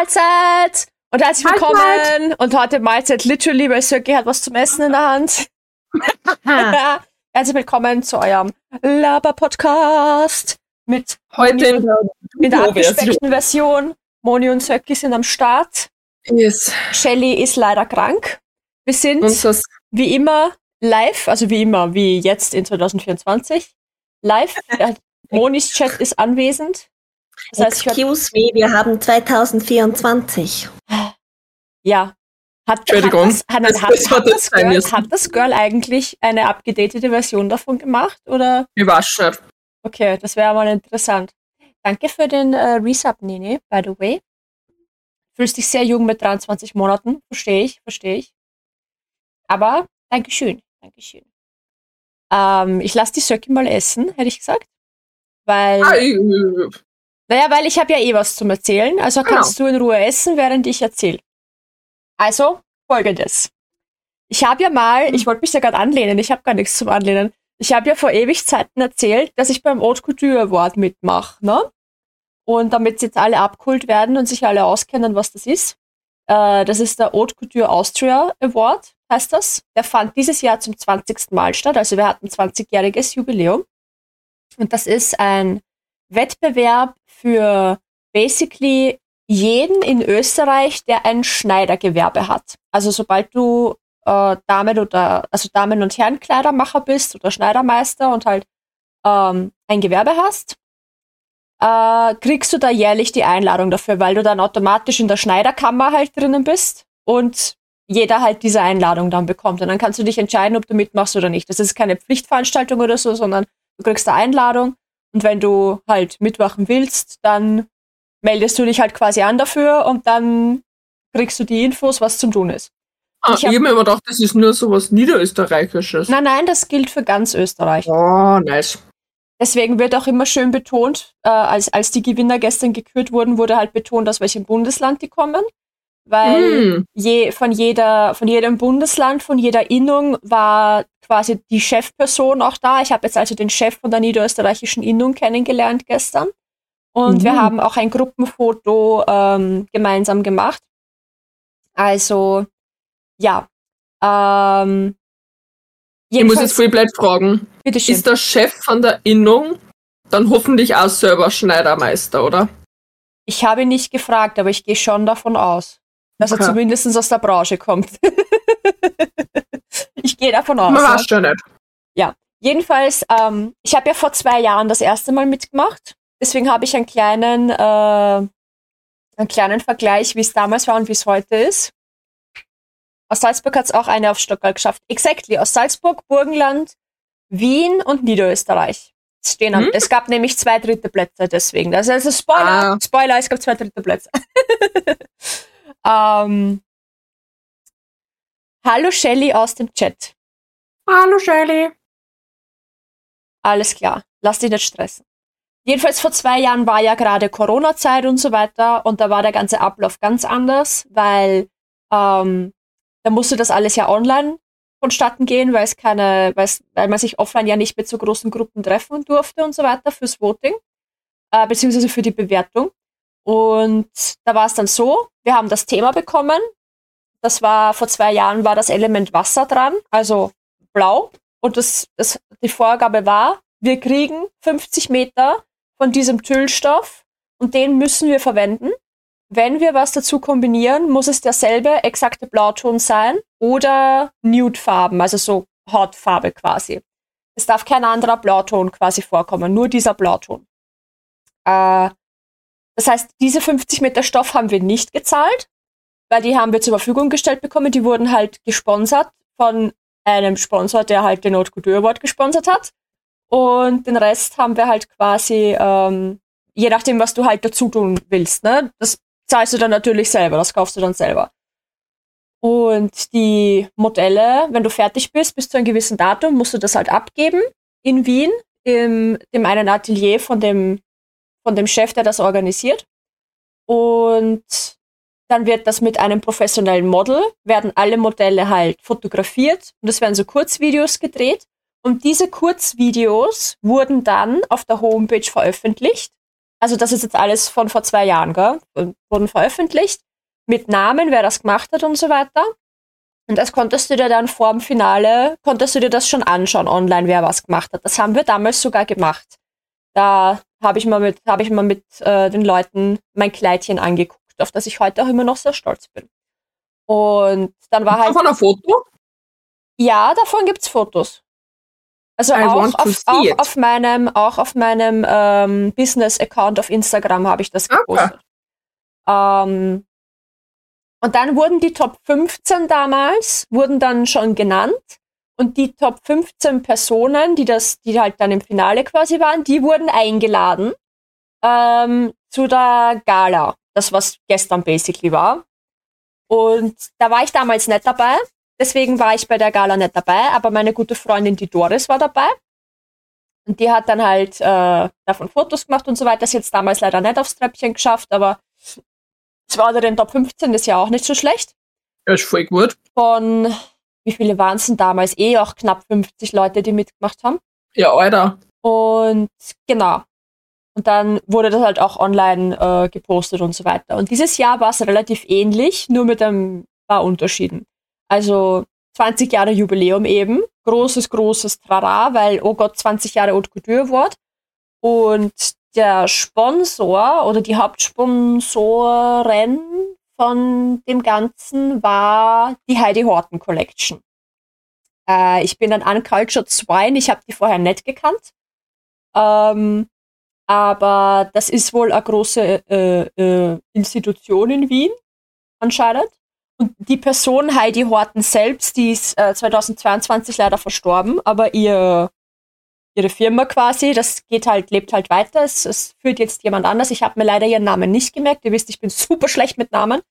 Mahlzeit und herzlich willkommen. Mahlzeit. Und heute Mahlzeit literally, weil Söcki hat was zum Essen in der Hand. Herzlich willkommen zu eurem Laber-Podcast mit Heute in der abgespeckten Version. Moni und Söcki sind am Start. Yes. Shelly ist leider krank. Wir sind wie immer live, also wie jetzt in 2024, live. Monis Chat ist anwesend. Das heißt, Excuse me, wir haben 2024. Ja. Hat das Girl eigentlich eine abgedatete Version davon gemacht? Oder? Ich weiß schon. Okay, das wäre mal interessant. Danke für den Resub, Nene, by the way. Fühlst dich sehr jung mit 23 Monaten. Verstehe ich. Aber Dankeschön. Ich lasse die Söcki mal essen, hätte ich gesagt. Weil ich habe ja eh was zum Erzählen. Also kannst du in Ruhe essen, während ich erzähle. Also, Folgendes. Ich habe ja mal, ich wollte mich da gerade anlehnen, ich habe gar nichts zum Anlehnen. Ich habe ja vor ewig Zeiten erzählt, dass ich beim Haute Couture Award mitmache, ne? Und damit jetzt alle abgeholt werden und sich alle auskennen, was das ist. Das ist der Haute Couture Austria Award, heißt das. Der fand dieses Jahr zum 20. Mal statt, also wir hatten 20-jähriges Jubiläum. Und das ist ein Wettbewerb für basically jeden in Österreich, der ein Schneidergewerbe hat. Also sobald du Damen- und Herrenkleidermacher bist oder Schneidermeister und halt ein Gewerbe hast, kriegst du da jährlich die Einladung dafür, weil du dann automatisch in der Schneiderkammer halt drinnen bist und jeder halt diese Einladung dann bekommt. Und dann kannst du dich entscheiden, ob du mitmachst oder nicht. Das ist keine Pflichtveranstaltung oder so, sondern du kriegst eine Einladung und wenn du halt mitmachen willst, dann meldest du dich halt quasi an dafür und dann kriegst du die Infos, was zum tun ist. Ich hab mir immer gedacht, das ist nur so was Niederösterreichisches. Nein, das gilt für ganz Österreich. Oh, nice. Deswegen wird auch immer schön betont, als die Gewinner gestern gekürt wurden, wurde halt betont, aus welchem Bundesland die kommen. Weil von jedem Bundesland, von jeder Innung war quasi die Chefperson auch da. Ich habe jetzt also den Chef von der niederösterreichischen Innung kennengelernt gestern. Und wir haben auch ein Gruppenfoto gemeinsam gemacht. Also, ja. Ich muss jetzt voll blöd fragen. Bitteschön. Ist der Chef von der Innung dann hoffentlich auch selber Schneidermeister, oder? Ich habe ihn nicht gefragt, aber ich gehe schon davon aus, dass er zumindest aus der Branche kommt. Ich gehe davon aus. Man weiß schon nicht. Ja, jedenfalls, ich habe ja vor 2 Jahren das erste Mal mitgemacht. Deswegen habe ich einen kleinen Vergleich, wie es damals war und wie es heute ist. Aus Salzburg hat es auch eine auf Stockerl geschafft. Exactly, aus Salzburg, Burgenland, Wien und Niederösterreich. Es gab nämlich 2 dritte Plätze deswegen. Also Spoiler, es gab 2 dritte Plätze. Hallo Shelly aus dem Chat. Hallo Shelly. Alles klar, lass dich nicht stressen. Jedenfalls vor 2 Jahren war ja gerade Corona-Zeit und so weiter und da war der ganze Ablauf ganz anders, weil da musste das alles ja online vonstatten gehen, weil man sich offline ja nicht mit so großen Gruppen treffen durfte und so weiter fürs Voting, beziehungsweise für die Bewertung. Und da war es dann so, wir haben das Thema bekommen, das war vor 2 Jahren war das Element Wasser dran, also blau und die Vorgabe war, wir kriegen 50 Meter von diesem Tüllstoff und den müssen wir verwenden. Wenn wir was dazu kombinieren, muss es derselbe exakte Blauton sein oder Nude-Farben, also so Hautfarbe quasi. Es darf kein anderer Blauton quasi vorkommen, nur dieser Blauton. Das heißt, diese 50 Meter Stoff haben wir nicht gezahlt, weil die haben wir zur Verfügung gestellt bekommen. Die wurden halt gesponsert von einem Sponsor, der halt den Haute Couture Award gesponsert hat. Und den Rest haben wir halt quasi, je nachdem, was du halt dazu tun willst, ne? Das zahlst du dann natürlich selber, das kaufst du dann selber. Und die Modelle, wenn du fertig bist, bis zu einem gewissen Datum, musst du das halt abgeben in Wien, in dem einen Atelier von dem Chef, der das organisiert. Und dann wird das mit einem professionellen Model, werden alle Modelle halt fotografiert und es werden so Kurzvideos gedreht. Und diese Kurzvideos wurden dann auf der Homepage veröffentlicht also das ist jetzt alles von vor 2 Jahren, gell? Wurden veröffentlicht, mit Namen, wer das gemacht hat und so weiter. Und das konntest du dir dann vor dem Finale, konntest du dir das schon anschauen online, wer was gemacht hat. Das haben wir damals sogar gemacht. Da habe ich mal mit den Leuten mein Kleidchen angeguckt, auf das ich heute auch immer noch sehr stolz bin. Und dann war halt... Von ein Foto? Ja, davon gibt's Fotos. Also auch auf meinem Business-Account auf Instagram habe ich das gepostet. Und dann wurden die Top 15 damals, wurden dann schon genannt. Und die Top 15 Personen, die halt dann im Finale quasi waren, die wurden eingeladen zu der Gala. Das, was gestern basically war. Und da war ich damals nicht dabei. Deswegen war ich bei der Gala nicht dabei. Aber meine gute Freundin, die Doris, war dabei. Und die hat dann halt davon Fotos gemacht und so weiter. Das ist jetzt damals leider nicht aufs Treppchen geschafft, aber es war unter den Top 15, ist ja auch nicht so schlecht. Ja, ist voll gut. Von, wie viele waren es denn damals? Auch knapp 50 Leute, die mitgemacht haben. Ja, Alter. Und genau. Und dann wurde das halt auch online gepostet und so weiter. Und dieses Jahr war es relativ ähnlich, nur mit ein paar Unterschieden. Also 20 Jahre Jubiläum eben. Großes Trara, weil, oh Gott, 20 Jahre Haute Couture Award. Und der Sponsor oder die Hauptsponsorin von dem Ganzen war die Heidi Horton Collection. Ich bin ein Uncultured Swine, ich habe die vorher nicht gekannt. Aber das ist wohl eine große Institution in Wien, anscheinend. Und die Person Heidi Horton selbst, die ist 2022 leider verstorben, aber ihre Firma quasi, das lebt halt weiter. Es führt jetzt jemand anders. Ich habe mir leider ihren Namen nicht gemerkt. Ihr wisst, ich bin super schlecht mit Namen.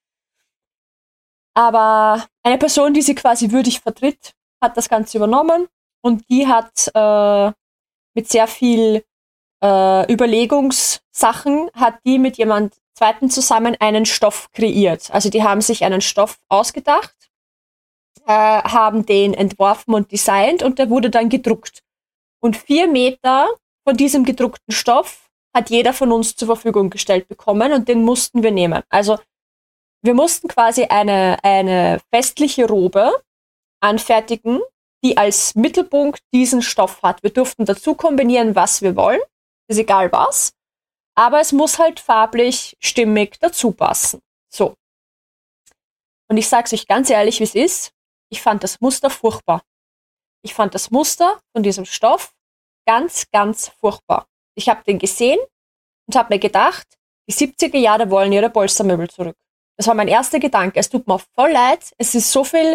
Aber eine Person, die sie quasi würdig vertritt, hat das Ganze übernommen. Und die hat mit sehr viel Überlegungssachen, hat die mit jemand Zweiten zusammen einen Stoff kreiert. Also die haben sich einen Stoff ausgedacht, haben den entworfen und designt und der wurde dann gedruckt. Und 4 Meter von diesem gedruckten Stoff hat jeder von uns zur Verfügung gestellt bekommen und den mussten wir nehmen. Also wir mussten quasi eine festliche Robe anfertigen, die als Mittelpunkt diesen Stoff hat. Wir durften dazu kombinieren, was wir wollen, ist egal was, aber es muss halt farblich stimmig dazu passen. So. Und ich sag's euch ganz ehrlich, wie es ist, ich fand das Muster furchtbar. Ich fand das Muster von diesem Stoff ganz, ganz furchtbar. Ich habe den gesehen und habe mir gedacht, die 70er Jahre wollen ihre Polstermöbel zurück. Das war mein erster Gedanke. Es tut mir voll leid. Es ist so viele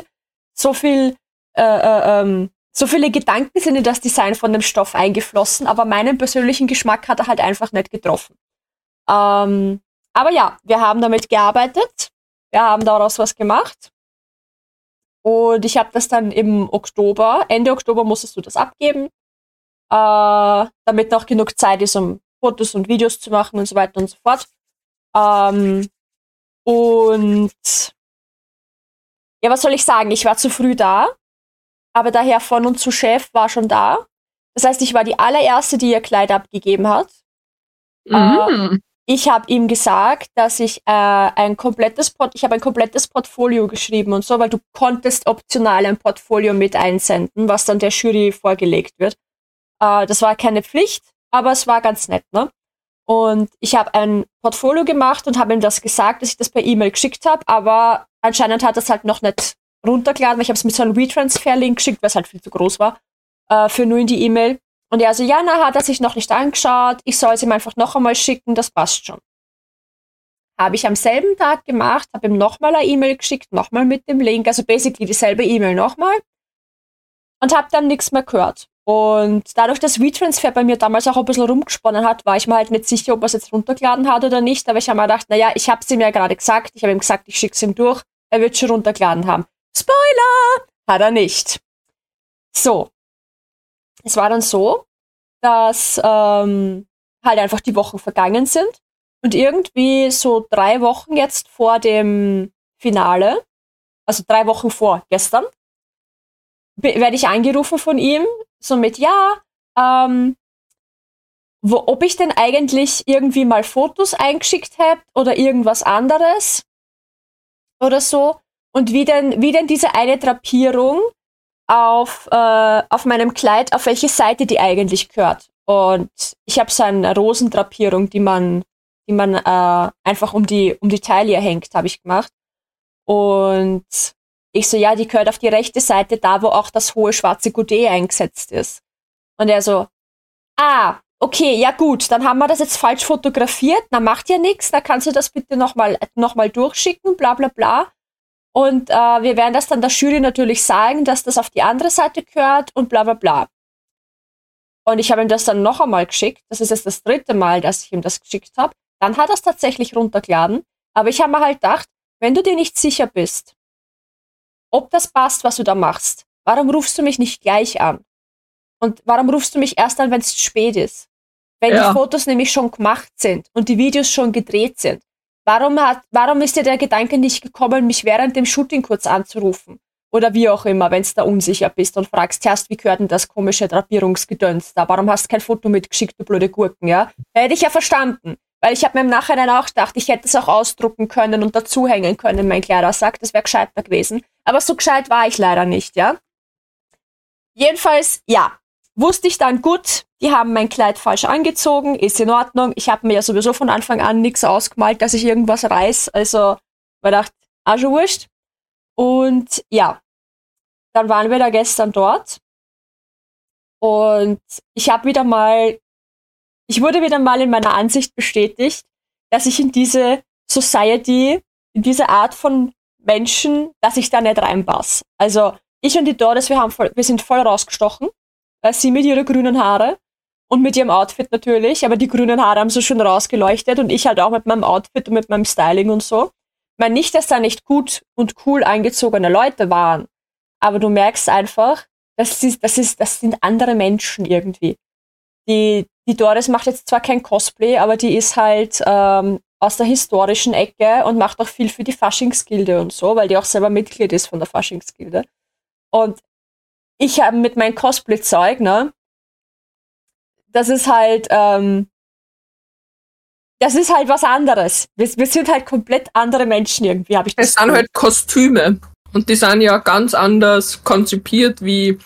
Gedanken sind in das Design von dem Stoff eingeflossen, aber meinen persönlichen Geschmack hat er halt einfach nicht getroffen. Aber ja, wir haben damit gearbeitet. Wir haben daraus was gemacht. Und ich habe das dann im Oktober, Ende Oktober musstest du das abgeben, damit noch genug Zeit ist, um Fotos und Videos zu machen und so weiter und so fort. Und ja, was soll ich sagen? Ich war zu früh da, aber der Herr von und zu Chef war schon da. Das heißt, ich war die allererste, die ihr Kleid abgegeben hat. Ich habe ihm gesagt, dass ich ein komplettes Portfolio geschrieben und so, weil du konntest optional ein Portfolio mit einsenden, was dann der Jury vorgelegt wird. Das war keine Pflicht, aber es war ganz nett, ne? Und ich habe ein Portfolio gemacht und habe ihm das gesagt, dass ich das per E-Mail geschickt habe, aber anscheinend hat das halt noch nicht runtergeladen, weil ich habe es mit so einem WeTransfer-Link geschickt, weil es halt viel zu groß war, für nur in die E-Mail. Und er so, ja, hat er sich noch nicht angeschaut, ich soll es ihm einfach noch einmal schicken, das passt schon. Habe ich am selben Tag gemacht, habe ihm nochmal eine E-Mail geschickt, nochmal mit dem Link, also basically dieselbe E-Mail nochmal und habe dann nichts mehr gehört. Und dadurch, dass WeTransfer bei mir damals auch ein bisschen rumgesponnen hat, war ich mir halt nicht sicher, ob er es jetzt runtergeladen hat oder nicht, aber ich habe mir gedacht, naja, ich habe es ihm ja gerade gesagt, ich habe ihm gesagt, ich schicke es ihm durch, er wird schon runtergeladen haben. Spoiler! Hat er nicht. So. Es war dann so, dass halt einfach die Wochen vergangen sind und irgendwie so 3 Wochen jetzt vor dem Finale, also 3 Wochen vor gestern, werde ich angerufen von ihm, so mit, ja, ob ich denn eigentlich irgendwie mal Fotos eingeschickt habe oder irgendwas anderes oder so. Und wie denn diese eine Drapierung auf meinem Kleid, auf welche Seite die eigentlich gehört. Und ich habe so eine Rosendrapierung, die man einfach um die Taille hängt, habe ich gemacht. Und ich so, ja, die gehört auf die rechte Seite, da wo auch das hohe schwarze Goudé eingesetzt ist. Und er so, okay, ja gut, dann haben wir das jetzt falsch fotografiert, na macht ja nichts, da kannst du das bitte noch mal durchschicken, bla bla bla. Und wir werden das dann der Jury natürlich sagen, dass das auf die andere Seite gehört und bla bla bla. Und ich habe ihm das dann noch einmal geschickt. Das ist jetzt das 3. Mal, dass ich ihm das geschickt habe. Dann hat er es tatsächlich runtergeladen. Aber ich habe mir halt gedacht, wenn du dir nicht sicher bist, ob das passt, was du da machst, warum rufst du mich nicht gleich an? Und warum rufst du mich erst an, wenn es spät ist? Wenn die Fotos nämlich schon gemacht sind und die Videos schon gedreht sind. Warum ist dir der Gedanke nicht gekommen, mich während dem Shooting kurz anzurufen? Oder wie auch immer, wenn du da unsicher bist und fragst, erst, wie gehört denn das komische Drapierungsgedöns da? Warum hast du kein Foto mitgeschickt, du blöde Gurken, ja? Hätte ich ja verstanden. Weil ich habe mir im Nachhinein auch gedacht, ich hätte es auch ausdrucken können und dazuhängen können, mein Kleidersack. Das wäre gescheiter gewesen. Aber so gescheit war ich leider nicht, ja? Jedenfalls, ja, wusste ich dann, gut, die haben mein Kleid falsch angezogen, ist in Ordnung. Ich habe mir ja sowieso von Anfang an nichts ausgemalt, dass ich irgendwas reiß. Also, ich dachte, schon wurscht. Und ja, dann waren wir da gestern dort. Und ich wurde wieder mal in meiner Ansicht bestätigt, dass ich in diese Society, in diese Art von Menschen, dass ich da nicht reinpasse. Also, ich und die Doris, wir sind voll rausgestochen. Sie mit ihren grünen Haare und mit ihrem Outfit natürlich, aber die grünen Haare haben so schön rausgeleuchtet und ich halt auch mit meinem Outfit und mit meinem Styling und so. Ich meine nicht, dass da nicht gut und cool angezogene Leute waren, aber du merkst einfach, das sind andere Menschen irgendwie. Die Doris macht jetzt zwar kein Cosplay, aber die ist halt aus der historischen Ecke und macht auch viel für die Faschingsgilde und so, weil die auch selber Mitglied ist von der Faschingsgilde. Und ich habe mit meinem Cosplay-Zeug, ne, das ist halt was anderes. Wir sind halt komplett andere Menschen irgendwie, habe ich das Es sind halt Kostüme. Und die sind ja ganz anders konzipiert wie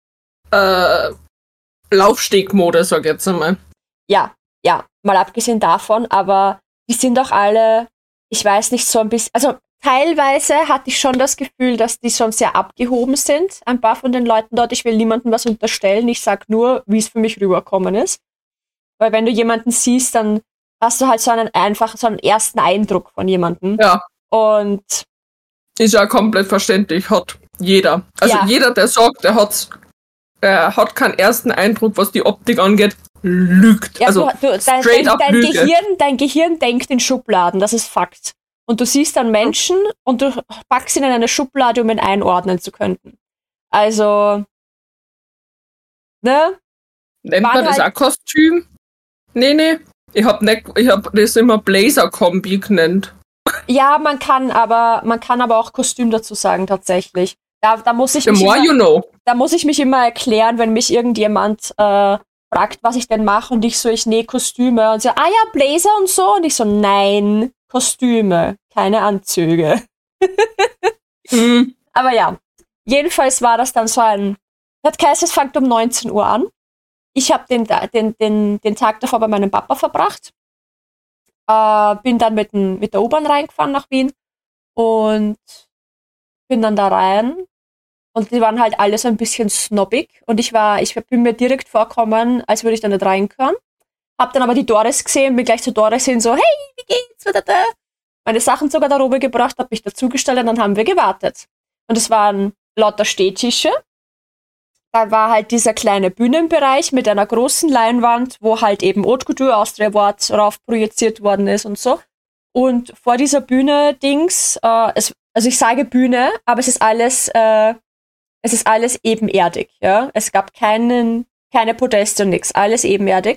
Laufstegmode, sag ich jetzt einmal. Ja, mal abgesehen davon, aber die sind doch alle, ich weiß nicht, so ein bisschen, also teilweise hatte ich schon das Gefühl, dass die schon sehr abgehoben sind, ein paar von den Leuten dort. Ich will niemandem was unterstellen, ich sag nur, wie es für mich rüberkommen ist. Weil wenn du jemanden siehst, dann hast du halt so einen ersten Eindruck von jemandem. Ja. Und ist ja komplett verständlich, hat jeder. Also jeder, der sagt, er hat keinen ersten Eindruck, was die Optik angeht, lügt. Ja, also dein Gehirn denkt in Schubladen, das ist Fakt. Und du siehst dann Menschen und du packst ihn in eine Schublade, um ihn einordnen zu können. Also, ne? Nennt man das auch Kostüm? Nee. Ich hab das immer Blazer-Kombi genannt. Ja, man kann aber auch Kostüm dazu sagen, tatsächlich. Da muss ich mich immer erklären, wenn mich irgendjemand fragt, was ich denn mache und ich nähe Kostüme und so, ja, Blazer und so und ich so, nein, Kostüme, keine Anzüge. Aber ja, jedenfalls war das dann so das heißt, es fängt um 19 Uhr an. Ich habe den Tag davor bei meinem Papa verbracht. Bin dann mit der U-Bahn reingefahren nach Wien und bin dann da rein. Und die waren halt alle so ein bisschen snobbig. Und ich bin mir direkt vorkommen, als würde ich da nicht reingehören. Hab dann aber die Doris gesehen, bin gleich zu Doris hin, so, hey, wie geht's? Meine Sachen sogar da oben gebracht, hab mich dazugestellt und dann haben wir gewartet. Und es waren lauter Stehtische. Da war halt dieser kleine Bühnenbereich mit einer großen Leinwand, wo halt eben Haute Couture Austria Award drauf projiziert worden ist und so. Und vor dieser Bühne also ich sage Bühne, aber es ist alles ebenerdig, ja. Es gab keine Podeste und nix, alles ebenerdig.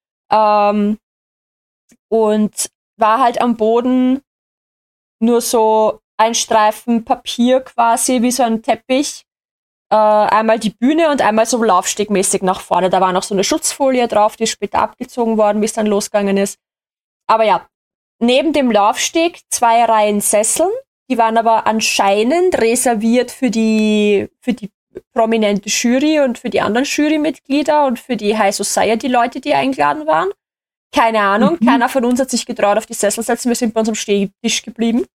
Und war halt am Boden nur so ein Streifen Papier quasi, wie so ein Teppich. einmal die Bühne und einmal so laufstegmäßig nach vorne. Da war noch so eine Schutzfolie drauf, die ist später abgezogen worden, wie es dann losgegangen ist. Aber ja, neben dem Laufsteg 2 Reihen Sesseln, die waren aber anscheinend reserviert für die prominente Jury und für die anderen Jurymitglieder und für die High Society Leute, die eingeladen waren. Keine Ahnung, keiner von uns hat sich getraut, auf die Sessel zu setzen, wir sind bei unserem Stehtisch geblieben.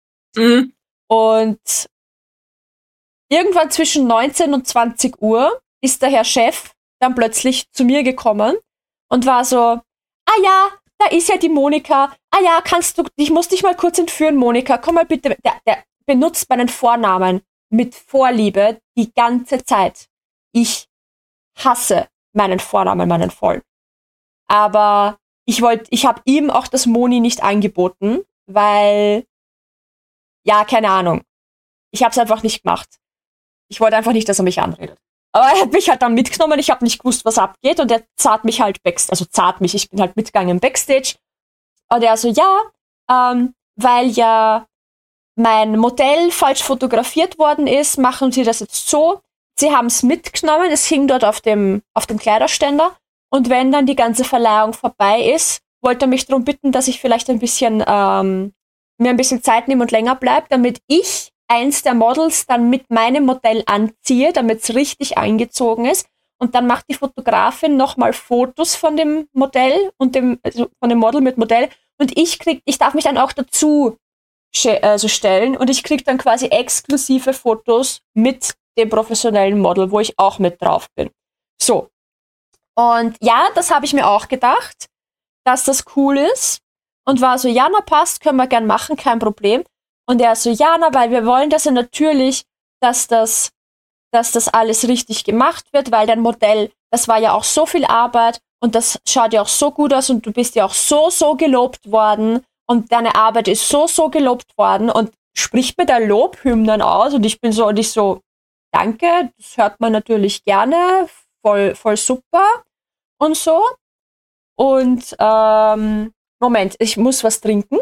Und irgendwann zwischen 19 und 20 Uhr ist der Herr Chef dann plötzlich zu mir gekommen und war so, ah ja, da ist ja die Monika. Ah ja, ich muss dich mal kurz entführen, Monika. Komm mal bitte. Der benutzt meinen Vornamen mit Vorliebe die ganze Zeit. Ich hasse meinen Vornamen, meinen vollen. Aber ich habe ihm auch das Moni nicht angeboten, weil, ja, keine Ahnung. Ich habe es einfach nicht gemacht. Ich wollte einfach nicht, dass er mich anredet. Aber er hat mich halt dann mitgenommen, ich habe nicht gewusst, was abgeht und er zahlt mich halt ich bin halt mitgegangen Backstage. Und er so, ja, weil ja mein Modell falsch fotografiert worden ist, machen sie das jetzt so. Sie haben es mitgenommen, es hing dort auf dem Kleiderständer und wenn dann die ganze Verleihung vorbei ist, wollte er mich darum bitten, dass ich vielleicht mir ein bisschen Zeit nehme und länger bleibe, damit ich eins der Models dann mit meinem Modell anziehe, damit es richtig eingezogen ist. Und dann macht die Fotografin nochmal Fotos von dem Modell und von dem Model mit Modell. Und ich darf mich dann auch dazu stellen und ich krieg dann quasi exklusive Fotos mit dem professionellen Model, wo ich auch mit drauf bin. So. Und ja, das habe ich mir auch gedacht, dass das cool ist. Und war so, ja, na passt, können wir gern machen, kein Problem. Und er so, ja, na, weil wir wollen das ja natürlich, dass das alles richtig gemacht wird, weil dein Modell, das war ja auch so viel Arbeit und das schaut ja auch so gut aus und du bist ja auch so gelobt worden und deine Arbeit ist so gelobt worden und spricht mir da Lobhymnen aus und ich so, danke, das hört man natürlich gerne, voll super und so. Und, Moment, ich muss was trinken.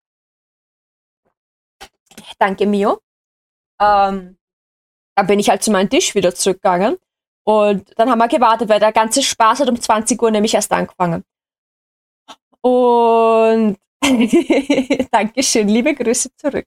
Danke, Mio. Dann bin ich halt zu meinem Tisch wieder zurückgegangen. Und dann haben wir gewartet, weil der ganze Spaß hat um 20 Uhr nämlich erst angefangen. Und Dankeschön, liebe Grüße zurück.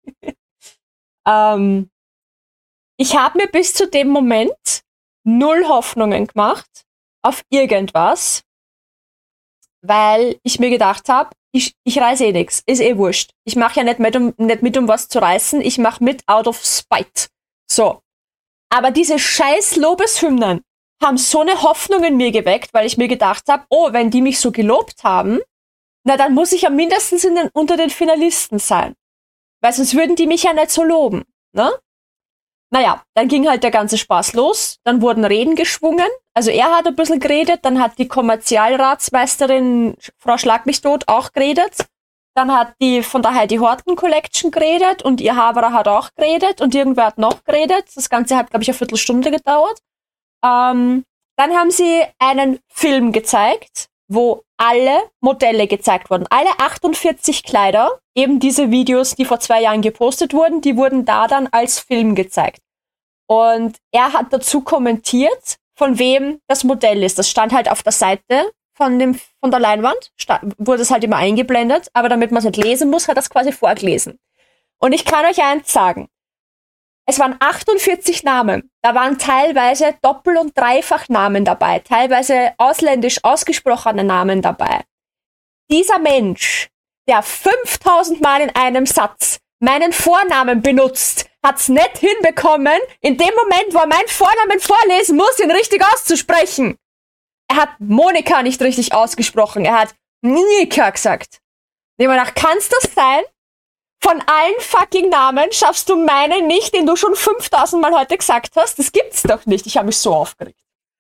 Ich habe mir bis zu dem Moment 0 Hoffnungen gemacht auf irgendwas, weil ich mir gedacht habe, ich reiße nix, ist wurscht. Ich mache ja nicht mit, um was zu reißen, ich mache mit out of spite. So. Aber diese scheiß Lobeshymnen haben so eine Hoffnung in mir geweckt, weil ich mir gedacht habe, oh, wenn die mich so gelobt haben, na dann muss ich ja mindestens unter den Finalisten sein. Weil sonst würden die mich ja nicht so loben, ne? Naja, dann ging halt der ganze Spaß los, dann wurden Reden geschwungen, also er hat ein bisschen geredet, dann hat die Kommerzialratsmeisterin Frau Schlag mich tot auch geredet, dann hat die von der Heidi Horton Collection geredet und ihr Haberer hat auch geredet und irgendwer hat noch geredet, das Ganze hat, glaube ich, eine Viertelstunde gedauert. Dann haben sie einen Film gezeigt, wo alle Modelle gezeigt wurden, alle 48 Kleider, eben diese Videos, die vor 2 Jahren gepostet wurden, die wurden da dann als Film gezeigt. Und er hat dazu kommentiert, von wem das Modell ist. Das stand halt auf der Seite von der Leinwand, wurde es halt immer eingeblendet, aber damit man es nicht lesen muss, hat er es quasi vorgelesen. Und ich kann euch eins sagen, es waren 48 Namen, da waren teilweise Doppel- und Dreifachnamen dabei, teilweise ausländisch ausgesprochene Namen dabei. Dieser Mensch, der 5000 Mal in einem Satz meinen Vornamen benutzt, hat's nicht hinbekommen, in dem Moment, wo er meinen Vornamen vorlesen muss, ihn richtig auszusprechen. Er hat Monika nicht richtig ausgesprochen, er hat Monika gesagt. Demnach kann's das sein? Von allen fucking Namen schaffst du meinen nicht, den du schon 5000 Mal heute gesagt hast? Das gibt's doch nicht. Ich habe mich so aufgeregt.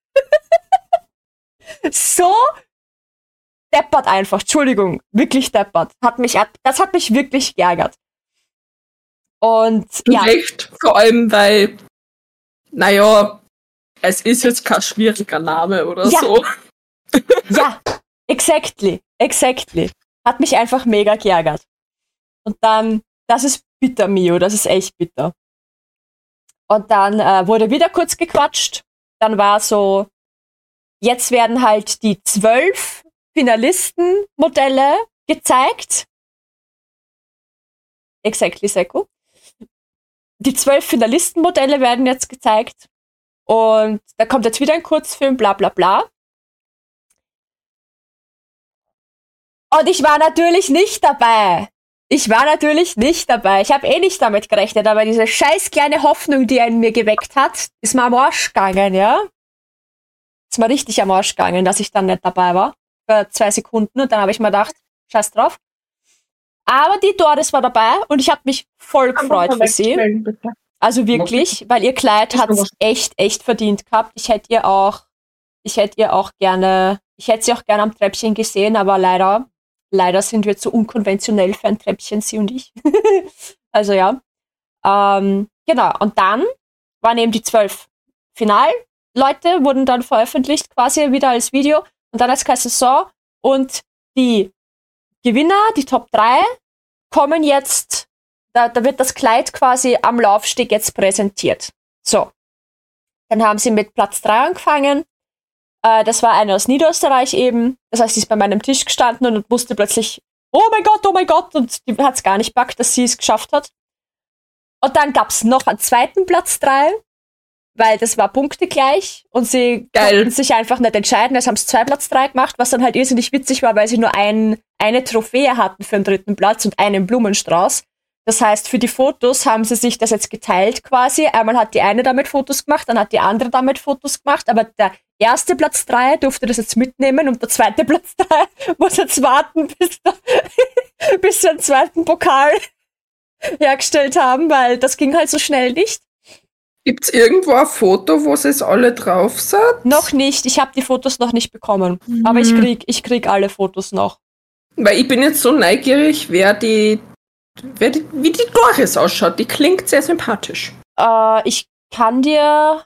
So deppert einfach. Entschuldigung. Wirklich deppert. Das hat mich wirklich geärgert. Und ja. Echt, vor allem, weil, naja, es ist jetzt kein schwieriger Name oder so. Ja, exactly. Hat mich einfach mega geärgert. Und dann, das ist bitter, Mio, das ist echt bitter. Und dann wurde wieder kurz gequatscht. Dann war so, jetzt werden halt die 12 Finalistenmodelle gezeigt. Exactly, Seko. Die 12 Finalistenmodelle werden jetzt gezeigt. Und da kommt jetzt wieder ein Kurzfilm, bla bla bla. Und ich war natürlich nicht dabei. Ich habe nicht damit gerechnet, aber diese scheiß kleine Hoffnung, die er in mir geweckt hat, ist mir am Arsch gegangen, ja? Ist mir richtig am Arsch gegangen, dass ich dann nicht dabei war. Für 2 Sekunden und dann habe ich mir gedacht, scheiß drauf. Aber die Doris war dabei und ich habe mich voll gefreut für sie. Also wirklich, weil ihr Kleid hat's echt verdient gehabt. Ich hätte sie auch gerne am Treppchen gesehen, aber leider sind wir zu unkonventionell für ein Treppchen, sie und ich. Also ja. Genau, und dann waren eben die 12 Finalleute, wurden dann veröffentlicht, quasi wieder als Video. Und dann als so, und die Gewinner, die Top 3, kommen jetzt, da wird das Kleid quasi am Laufsteg jetzt präsentiert. So. Dann haben sie mit Platz 3 angefangen. Das war eine aus Niederösterreich eben. Das heißt, sie ist bei meinem Tisch gestanden und wusste plötzlich, oh mein Gott, und die hat es gar nicht packt, dass sie es geschafft hat. Und dann gab's noch einen zweiten Platz 3, weil das war punktegleich und sie konnten sich einfach nicht entscheiden. Also haben es 2 Platz 3 gemacht, was dann halt irrsinnig witzig war, weil sie nur eine Trophäe hatten für den 3. Platz und einen Blumenstrauß. Das heißt, für die Fotos haben sie sich das jetzt geteilt quasi. Einmal hat die eine damit Fotos gemacht, dann hat die andere damit Fotos gemacht, aber der erste Platz 3 durfte das jetzt mitnehmen und der zweite Platz 3 muss jetzt warten, bis sie einen zweiten Pokal hergestellt haben, weil das ging halt so schnell nicht. Gibt's irgendwo ein Foto, wo es alle drauf sind? Noch nicht, ich habe die Fotos noch nicht bekommen, aber ich krieg alle Fotos noch. Weil ich bin jetzt so neugierig, wie die Doris ausschaut. Die klingt sehr sympathisch. Ich kann dir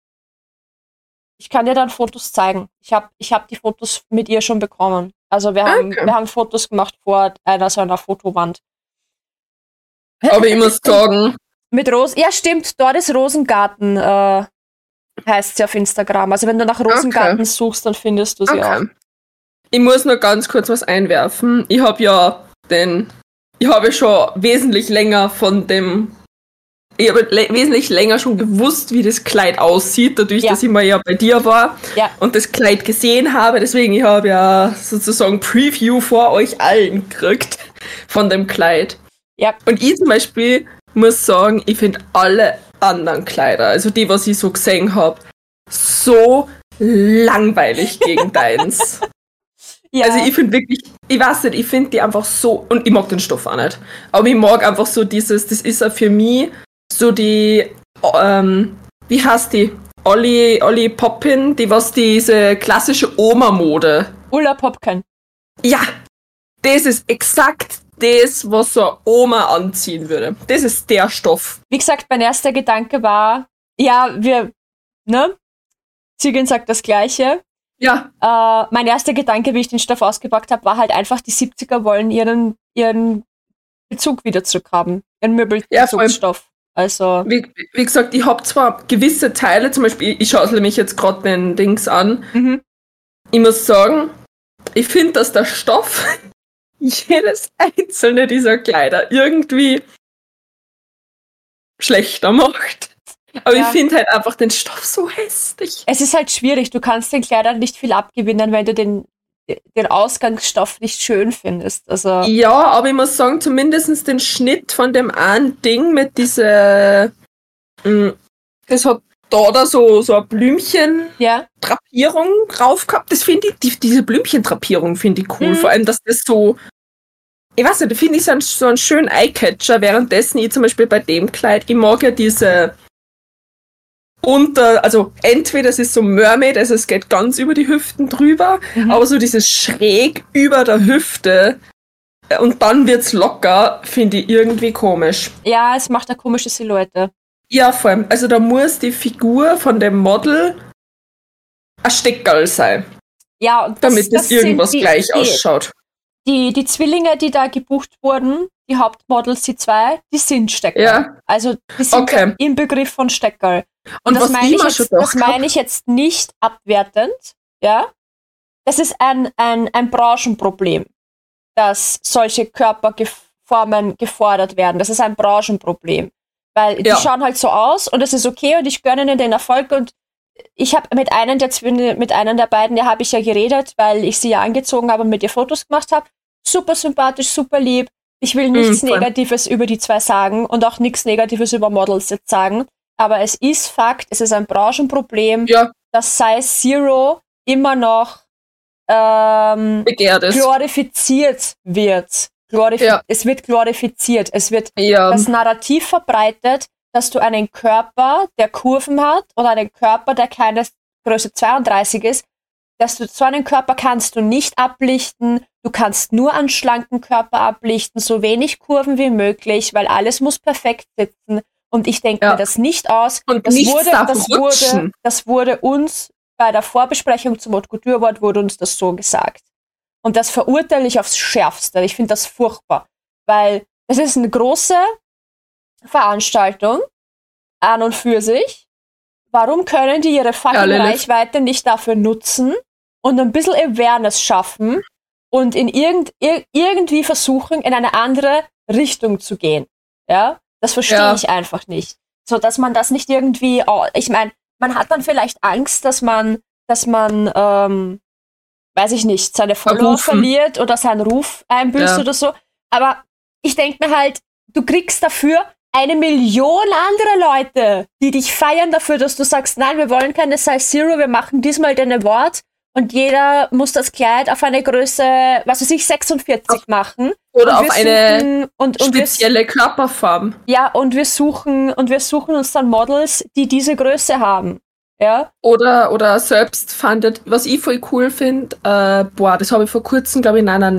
dann Fotos zeigen. Ich hab die Fotos mit ihr schon bekommen. Also wir haben Fotos gemacht vor so einer Fotowand. Aber ich muss sagen... Mit ja stimmt, Doris Rosengarten heißt sie auf Instagram. Also wenn du nach Rosengarten suchst, dann findest du sie auch. Ich muss nur ganz kurz was einwerfen. Ich habe schon wesentlich länger wesentlich länger schon gewusst, wie das Kleid aussieht, dadurch, dass ich mal ja bei dir war und das Kleid gesehen habe. Deswegen, ich habe ja sozusagen Preview vor euch allen gekriegt von dem Kleid. Ja. Und ich zum Beispiel muss sagen, ich finde alle anderen Kleider, also die, was ich so gesehen habe, so langweilig gegen deins. Ja. Also ich finde wirklich, ich weiß nicht, ich finde die einfach so, und ich mag den Stoff auch nicht, aber ich mag einfach so das ist ja für mich so die, wie heißt die? Olli Poppin, diese klassische Oma-Mode. Ulla Popken. Ja, das ist exakt das, was so eine Oma anziehen würde. Das ist der Stoff. Wie gesagt, mein erster Gedanke war, Ziegeln sagt das Gleiche. Ja. Mein erster Gedanke, wie ich den Stoff ausgepackt habe, war halt einfach, die 70er wollen ihren Bezug wieder zurückhaben. Ihren Möbelbezugsstoff. Also. Wie gesagt, ich habe zwar gewisse Teile, zum Beispiel, ich schaue mich jetzt gerade den Dings an. Mhm. Ich muss sagen, ich finde, dass der Stoff jedes einzelne dieser Kleider irgendwie schlechter macht. Aber ich finde halt einfach den Stoff so hässlich. Es ist halt schwierig. Du kannst den Kleidern nicht viel abgewinnen, wenn du den Ausgangsstoff nicht schön findest. Also ja, aber ich muss sagen, zumindest den Schnitt von dem einen Ding mit dieser das hat da so eine Blümchen-Drapierung drauf gehabt. Das finde ich, diese Blümchendrapierung finde ich cool. Vor allem, dass das so, ich weiß nicht, da finde ich so einen schönen Eyecatcher, währenddessen ich zum Beispiel bei dem Kleid, ich mag ja diese also entweder es ist so Mermaid, also es geht ganz über die Hüften drüber, aber so dieses schräg über der Hüfte und dann wird's locker, finde ich irgendwie komisch. Ja, es macht eine komische Silhouette. Ja, vor allem, also da muss die Figur von dem Model ein Steckerl sein. Ja, und damit das irgendwas gleich ausschaut. Die Zwillinge, die da gebucht wurden, die Hauptmodels, die zwei, die sind Steckerl. Ja. Also die sind im Begriff von Steckerl. Und das meine ich jetzt nicht abwertend, ja. Das ist ein Branchenproblem, dass solche Körperformen gefordert werden. Das ist ein Branchenproblem. Weil die schauen halt so aus und das ist okay und ich gönne ihnen den Erfolg und ich habe mit einem der beiden, habe ich ja geredet, weil ich sie ja angezogen habe und mit ihr Fotos gemacht habe. Super sympathisch, super lieb. Ich will nichts Negatives über die zwei sagen und auch nichts Negatives über Models jetzt sagen. Aber es ist Fakt, es ist ein Branchenproblem, dass Size Zero immer noch glorifiziert wird. Es wird glorifiziert. Es wird das Narrativ verbreitet, dass du einen Körper, der Kurven hat oder einen Körper, der keine Größe 32 ist, dass du so einen Körper kannst du nicht ablichten. Du kannst nur einen schlanken Körper ablichten, so wenig Kurven wie möglich, weil alles muss perfekt sitzen. Und ich denke mir das nicht aus. Und das wurde uns bei der Vorbesprechung zum Haute Couture Award wurde uns das so gesagt. Und das verurteile ich aufs Schärfste. Ich finde das furchtbar, weil es ist eine große Veranstaltung an und für sich. Warum können die ihre fucking Reichweite nicht dafür nutzen und ein bisschen Awareness schaffen und in irgendwie versuchen, in eine andere Richtung zu gehen? Ja, das verstehe ich einfach nicht. So, dass man das nicht irgendwie, ich meine, man hat dann vielleicht Angst, dass man, weiß ich nicht, seine Follower verliert oder seinen Ruf einbüßt oder so. Aber ich denke mir halt, du kriegst dafür 1 Million andere Leute, die dich feiern dafür, dass du sagst, nein, wir wollen keine Size Zero, wir machen diesmal den Award und jeder muss das Kleid auf eine Größe, was weiß ich, 46 machen. Oder auf eine spezielle Körperform. Ja, und wir suchen uns dann Models, die diese Größe haben. Ja. Oder selbst fandet, was ich voll cool finde, das habe ich vor kurzem, glaube ich, in einer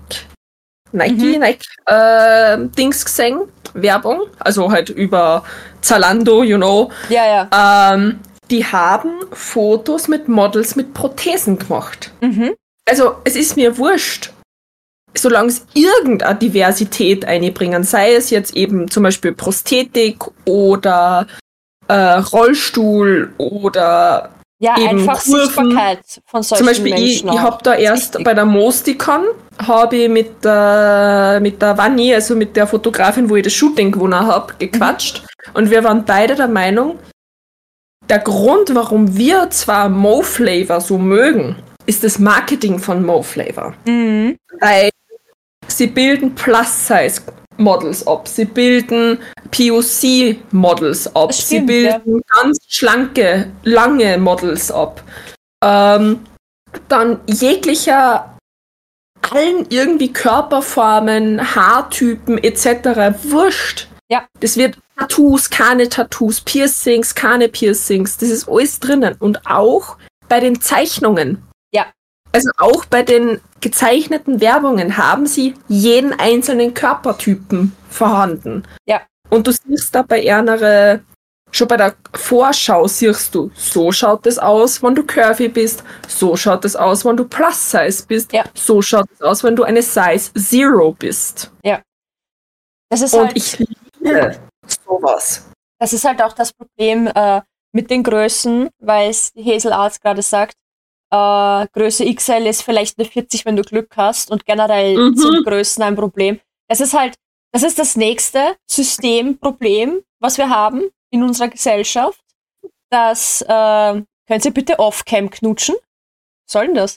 Nike-Dings gesehen, Werbung, also halt über Zalando, you know. Ja. Die haben Fotos mit Models mit Prothesen gemacht. Also es ist mir wurscht, solange es irgendeine Diversität einbringen, sei es jetzt eben zum Beispiel Prosthetik oder Rollstuhl oder eben einfach Kurven. Sichtbarkeit von solchen Menschen. Zum Beispiel, ich habe da erst bei der Mosticon habe ich mit der Vanni, also mit der Fotografin, wo ich das Shooting gewonnen habe, gequatscht. Und wir waren beide der Meinung, der Grund, warum wir zwar Mo-Flavor so mögen, ist das Marketing von Mo-Flavor. Weil sie bilden Plus-Size-Models ab, sie bilden POC-Models ab, sie bilden ganz schlanke, lange Models ab. Dann jeglicher, allen irgendwie Körperformen, Haartypen etc. wurscht. Ja. Das wird Tattoos, keine Tattoos, Piercings, keine Piercings, das ist alles drinnen. Und auch bei den Zeichnungen. Ja. Also auch bei den gezeichneten Werbungen haben sie jeden einzelnen Körpertypen vorhanden. Ja. Und du siehst da bei einer, schon bei der Vorschau siehst du, so schaut es aus, wenn du curvy bist, so schaut es aus, wenn du Plus-Size bist, so schaut es aus, wenn du eine Size Zero bist. Ja. Das ist und ich liebe sowas. Das ist halt auch das Problem mit den Größen, weil es Hazel Arts gerade sagt, Größe XL ist vielleicht eine 40, wenn du Glück hast und generell sind Größen ein Problem. Das ist das nächste Systemproblem, was wir haben in unserer Gesellschaft. Das, können Sie bitte off-cam knutschen? Was soll denn das?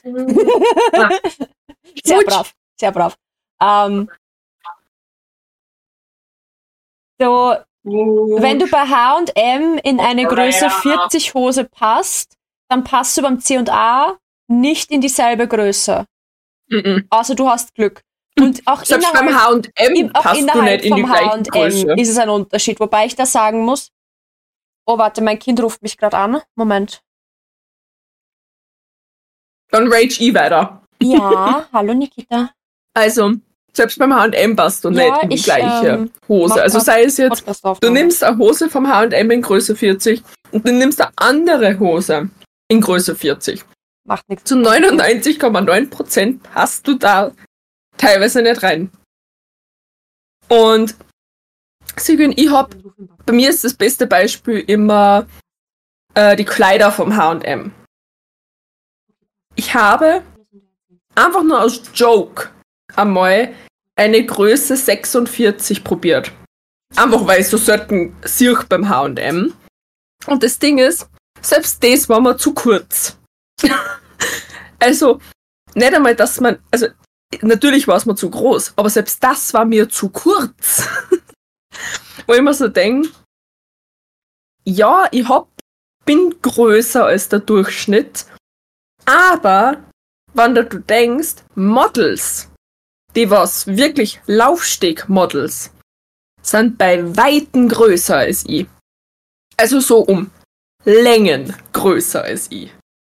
Sehr brav, sehr brav. So, wenn du bei H&M in eine Größe 40 Hose passt, dann passt du beim C&A nicht in dieselbe Größe. Außer du hast Glück. Und auch selbst beim H&M passt du nicht in die gleiche Größe. Ist es ein Unterschied. Wobei ich da sagen muss, oh warte, mein Kind ruft mich gerade an. Moment. Dann rage ich weiter. Ja, hallo Nikita. Also, selbst beim H&M passt du nicht in die gleiche Hose. Also sei es jetzt, du nimmst eine Hose vom H&M in Größe 40 und du nimmst eine andere Hose in Größe 40. Macht nichts. Zu 99,9% passt du da teilweise nicht rein. Und bei mir ist das beste Beispiel immer die Kleider vom H&M. Ich habe einfach nur als Joke einmal eine Größe 46 probiert. Einfach weil ich so selten sehe beim H&M. Und das Ding ist, selbst das war mir zu kurz. Also, nicht einmal, dass man, also natürlich war es mir zu groß, aber selbst das war mir zu kurz. Wo ich mir so denke, ja, bin größer als der Durchschnitt, aber wenn du denkst, Models, die was wirklich Laufsteg-Models, sind bei Weitem größer als ich. Also so um Längen größer als ich.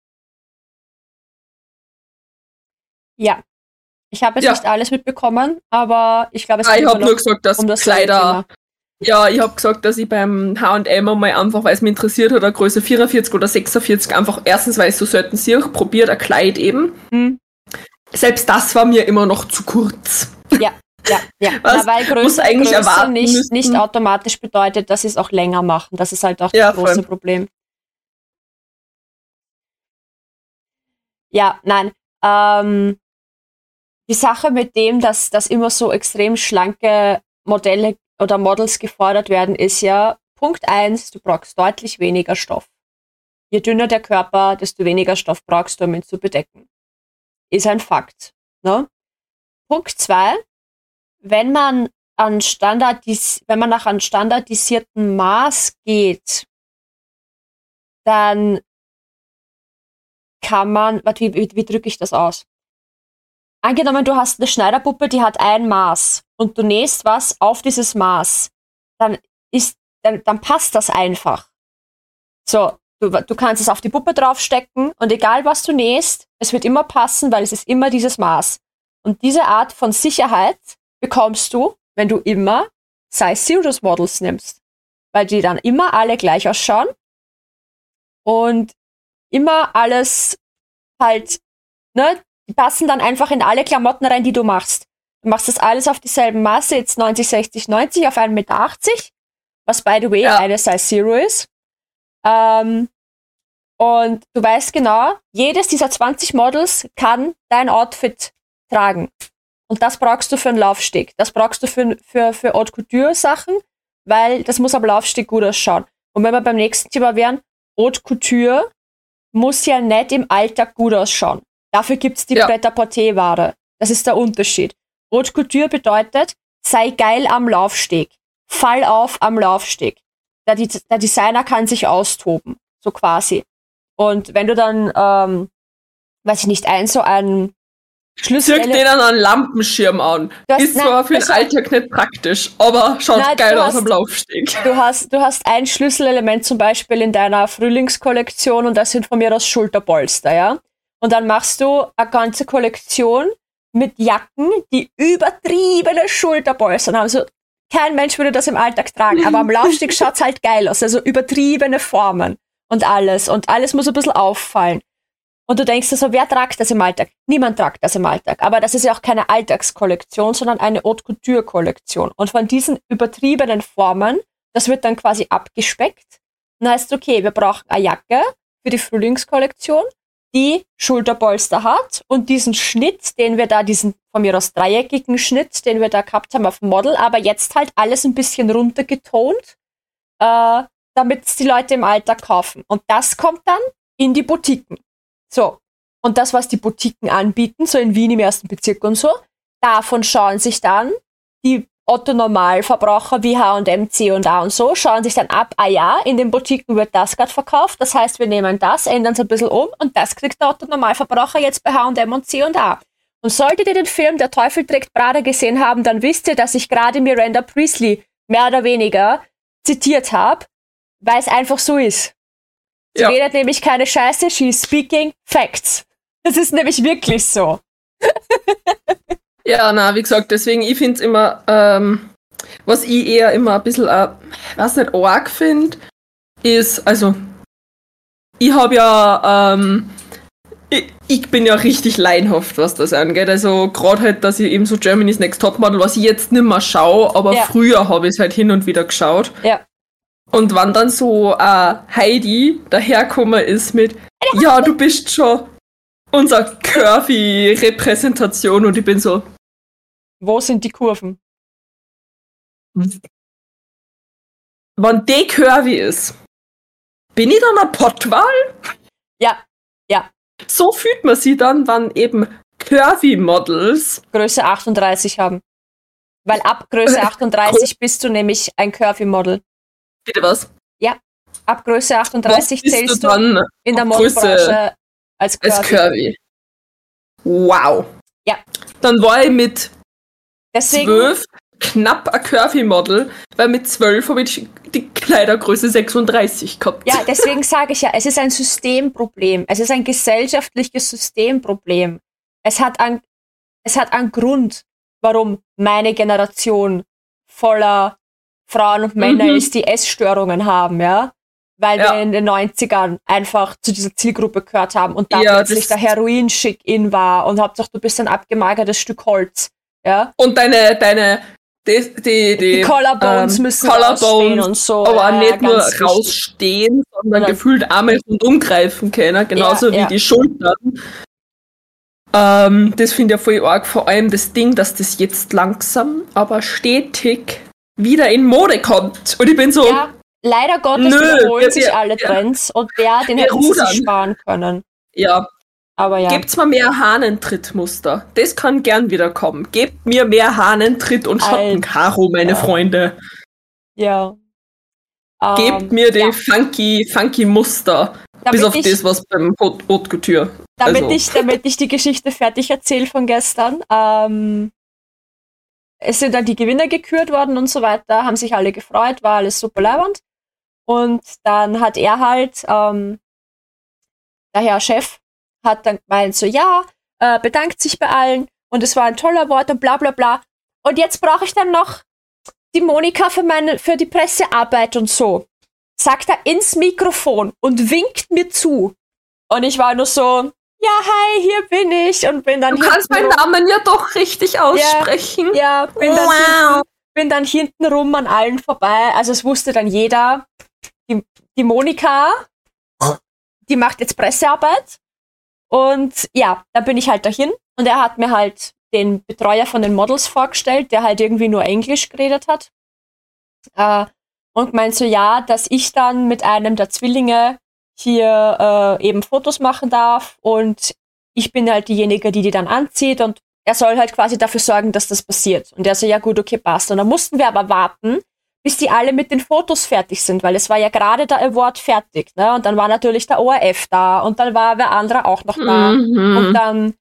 Ja. Ich habe jetzt nicht alles mitbekommen, aber ich glaube, es geht ich habe nur gesagt, dass das Kleider... Ja, ich habe gesagt, dass ich beim H&M einmal einfach, weil es mich interessiert hat, eine Größe 44 oder 46 einfach, erstens, weil ich so selten sehe, probiert, ein Kleid eben. Selbst das war mir immer noch zu kurz. Ja. Weil Größe nicht automatisch bedeutet, dass sie es auch länger machen. Das ist halt auch das große Problem. Ja, nein. Die Sache mit dem, dass immer so extrem schlanke Modelle oder Models gefordert werden, ist ja, Punkt 1, du brauchst deutlich weniger Stoff. Je dünner der Körper, desto weniger Stoff brauchst du, um ihn zu bedecken. Ist ein Fakt. Ne? Punkt 2, wenn man nach einem standardisierten Maß geht, dann kann man, wie drücke ich das aus? Angenommen, du hast eine Schneiderpuppe, die hat ein Maß und du nähst was auf dieses Maß, dann passt das einfach. So, du kannst es auf die Puppe draufstecken und egal was du nähst, es wird immer passen, weil es ist immer dieses Maß. Und diese Art von Sicherheit bekommst du, wenn du immer Size Zeros Models nimmst. Weil die dann immer alle gleich ausschauen und immer alles halt, ne, die passen dann einfach in alle Klamotten rein, die du machst. Du machst das alles auf dieselben Maße, jetzt 90, 60, 90 auf 1,80 Meter, was by the way eine Size Zero ist. Und du weißt genau, jedes dieser 20 Models kann dein Outfit tragen. Und das brauchst du für einen Laufsteg. Das brauchst du für Haute Couture Sachen, weil das muss am Laufsteg gut ausschauen. Und wenn wir beim nächsten Thema wären, Haute Couture muss ja nicht im Alltag gut ausschauen. Dafür gibt's die Pret-à-Porter-Ware. Das ist der Unterschied. Haute Couture bedeutet, sei geil am Laufsteg. Fall auf am Laufsteg. Der Designer kann sich austoben. So quasi. Und wenn du dann, weiß ich nicht, so ein Schlüssel... Zirk den an einen Lampenschirm an. Ist zwar für den Alltag nicht praktisch, aber schaut geil aus am Laufsteg. Du hast ein Schlüsselelement zum Beispiel in deiner Frühlingskollektion und das sind von mir aus Schulterpolster, ja? Und dann machst du eine ganze Kollektion mit Jacken, die übertriebene Schulterpolster haben. Also kein Mensch würde das im Alltag tragen, aber am Laufsteg schaut's halt geil aus. Also übertriebene Formen und alles. Und alles muss ein bisschen auffallen. Und du denkst dir so, wer tragt das im Alltag? Niemand tragt das im Alltag. Aber das ist ja auch keine Alltagskollektion, sondern eine Haute-Couture-Kollektion. Und von diesen übertriebenen Formen, das wird dann quasi abgespeckt. Dann heißt okay, wir brauchen eine Jacke für die Frühlingskollektion, die Schulterpolster hat und diesen Schnitt, diesen von mir aus dreieckigen Schnitt, den wir da gehabt haben auf dem Model, aber jetzt halt alles ein bisschen runtergetont, damit es die Leute im Alltag kaufen. Und das kommt dann in die Boutiquen. So. Und das, was die Boutiquen anbieten, so in Wien im 1. Bezirk und so, davon schauen sich dann die Otto-Normalverbraucher wie H&M, C&A und so, schauen sich dann ab, in den Boutiquen wird das gerade verkauft, das heißt, wir nehmen das, ändern es ein bisschen um und das kriegt der Otto-Normalverbraucher jetzt bei H&M und C&A. Und solltet ihr den Film Der Teufel trägt Prada gesehen haben, dann wisst ihr, dass ich gerade Miranda Priestley mehr oder weniger zitiert habe, weil es einfach so ist. Sie redet nämlich keine Scheiße, she's speaking facts. Das ist nämlich wirklich so. Ja, wie gesagt, deswegen, ich finde es immer, was ich eher immer ein bisschen, was nicht arg finde, ist, also, ich habe ja ich bin ja richtig laienhaft, was das angeht. Also gerade halt, dass ich eben so Germany's Next Topmodel, was ich jetzt nicht mehr schaue, aber früher habe ich es halt hin und wieder geschaut. Ja. Und wann dann so Heidi daherkommen ist mit, ja, du bist schon unser Curvy-Repräsentation und ich bin so, wo sind die Kurven? Wenn die curvy ist, bin ich dann eine Pottwal? Ja. So fühlt man sich dann, wenn eben Curvy-Models Größe 38 haben. Weil ab Größe 38 bist du nämlich ein Curvy-Model. Bitte was? Ja, ab Größe 38 zählst du dann in der Modelbranche als Curvy. Wow. Ja. Dann war ich mit 12 knapp ein Curvy-Model, weil mit 12 habe ich die Kleidergröße 36 gehabt. Ja, deswegen sage ich ja, es ist ein Systemproblem. Es ist ein gesellschaftliches Systemproblem. Es hat einen Grund, warum meine Generation voller Frauen und Männer ist, die Essstörungen haben, ja? Weil wir in den 90ern einfach zu dieser Zielgruppe gehört haben und da plötzlich der Heroin-Schick in war und Hauptsache du bist ein abgemagertes Stück Holz, ja? Und die Collarbones müssen rausstehen und so. Aber nicht nur rausstehen, sondern gefühlt einmal rundum greifen können, genauso wie die Schultern. Das finde ich ja voll arg, vor allem das Ding, dass das jetzt langsam, aber stetig wieder in Mode kommt. Und ich bin so... Ja, leider Gottes wiederholen sich alle Trends und den hätten sie sich sparen können. Ja. Aber ja. Gebt's mir mehr Hahnentrittmuster. Das kann gern wieder kommen. Gebt mir mehr Hahnentritt und Schottenkaro, meine Freunde. Ja. Gebt mir die funky Muster. Bis auf das, was beim Haute Couture. Damit ich die Geschichte fertig erzähle von gestern. Es sind dann die Gewinner gekürt worden und so weiter, haben sich alle gefreut, war alles super leibend. Und dann hat er halt, der Herr Chef, hat dann gemeint so, bedankt sich bei allen und es war ein toller Wort und bla bla bla. Und jetzt brauche ich dann noch die Monika für die Pressearbeit und so. Sagt er ins Mikrofon und winkt mir zu. Und ich war nur so, ja, hi, hier bin ich. Und bin dann du kannst meinen Namen ja doch richtig aussprechen. Ja, bin dann hinten rum an allen vorbei. Also es wusste dann jeder, die Monika, die macht jetzt Pressearbeit. Und ja, da bin ich halt dahin. Und er hat mir halt den Betreuer von den Models vorgestellt, der halt irgendwie nur Englisch geredet hat. Und meint so, dass ich dann mit einem der Zwillinge hier eben Fotos machen darf. Und ich bin halt diejenige, die dann anzieht. Und er soll halt quasi dafür sorgen, dass das passiert. Und er so, ja gut, okay, passt. Und dann mussten wir aber warten, bis die alle mit den Fotos fertig sind, weil es war ja gerade der Award fertig, ne? Und dann war natürlich der ORF da und dann war wer andere auch noch da. Und dann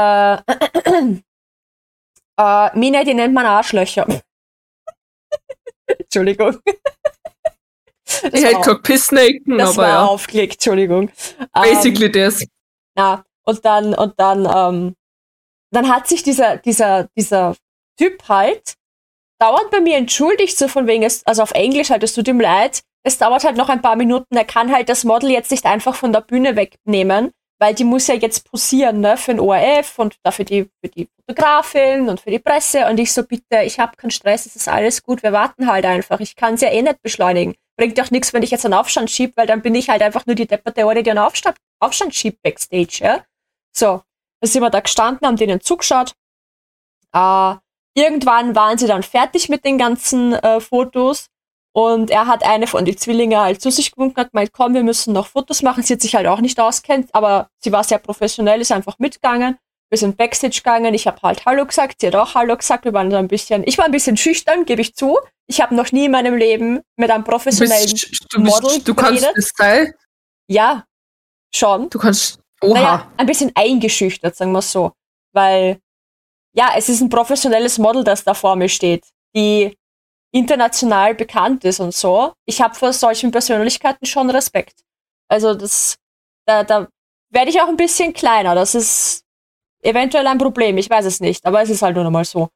Mina, die nennt man Arschlöcher. Entschuldigung. Ich hätte gesagt Pissnaken, das aber war aufgelegt, Entschuldigung. Basically das. Na, und dann hat sich dieser Typ halt dauernd bei mir entschuldigt, so von wegen, also auf Englisch halt, es tut ihm leid, es dauert halt noch ein paar Minuten, er kann halt das Model jetzt nicht einfach von der Bühne wegnehmen, weil die muss ja jetzt posieren, ne, für den ORF und dafür für die Fotografin und für die Presse und ich so, bitte, ich habe keinen Stress, es ist alles gut, wir warten halt einfach, ich kann es ja eh nicht beschleunigen. Bringt auch nichts, wenn ich jetzt einen Aufstand schieb, weil dann bin ich halt einfach nur die depperte Ohren, die einen Aufstand schiebt backstage, ja. So, da sind wir da gestanden, haben denen zugeschaut, irgendwann waren sie dann fertig mit den ganzen Fotos und er hat eine von den Zwillingen halt zu sich gewunken, hat gemeint, komm, wir müssen noch Fotos machen. Sie hat sich halt auch nicht auskennt, aber sie war sehr professionell, ist einfach mitgegangen. Wir sind Backstage gegangen, ich habe halt Hallo gesagt, sie hat auch Hallo gesagt, ich war ein bisschen schüchtern, gebe ich zu. Ich habe noch nie in meinem Leben mit einem professionellen Model Du kannst das Teil? Ja, schon. Du kannst, oha. Ein bisschen eingeschüchtert, sagen wir so, weil ja, es ist ein professionelles Model, das da vor mir steht, die international bekannt ist und so. Ich habe vor solchen Persönlichkeiten schon Respekt. Also da werde ich auch ein bisschen kleiner. Das ist eventuell ein Problem, ich weiß es nicht, aber es ist halt nur noch mal so.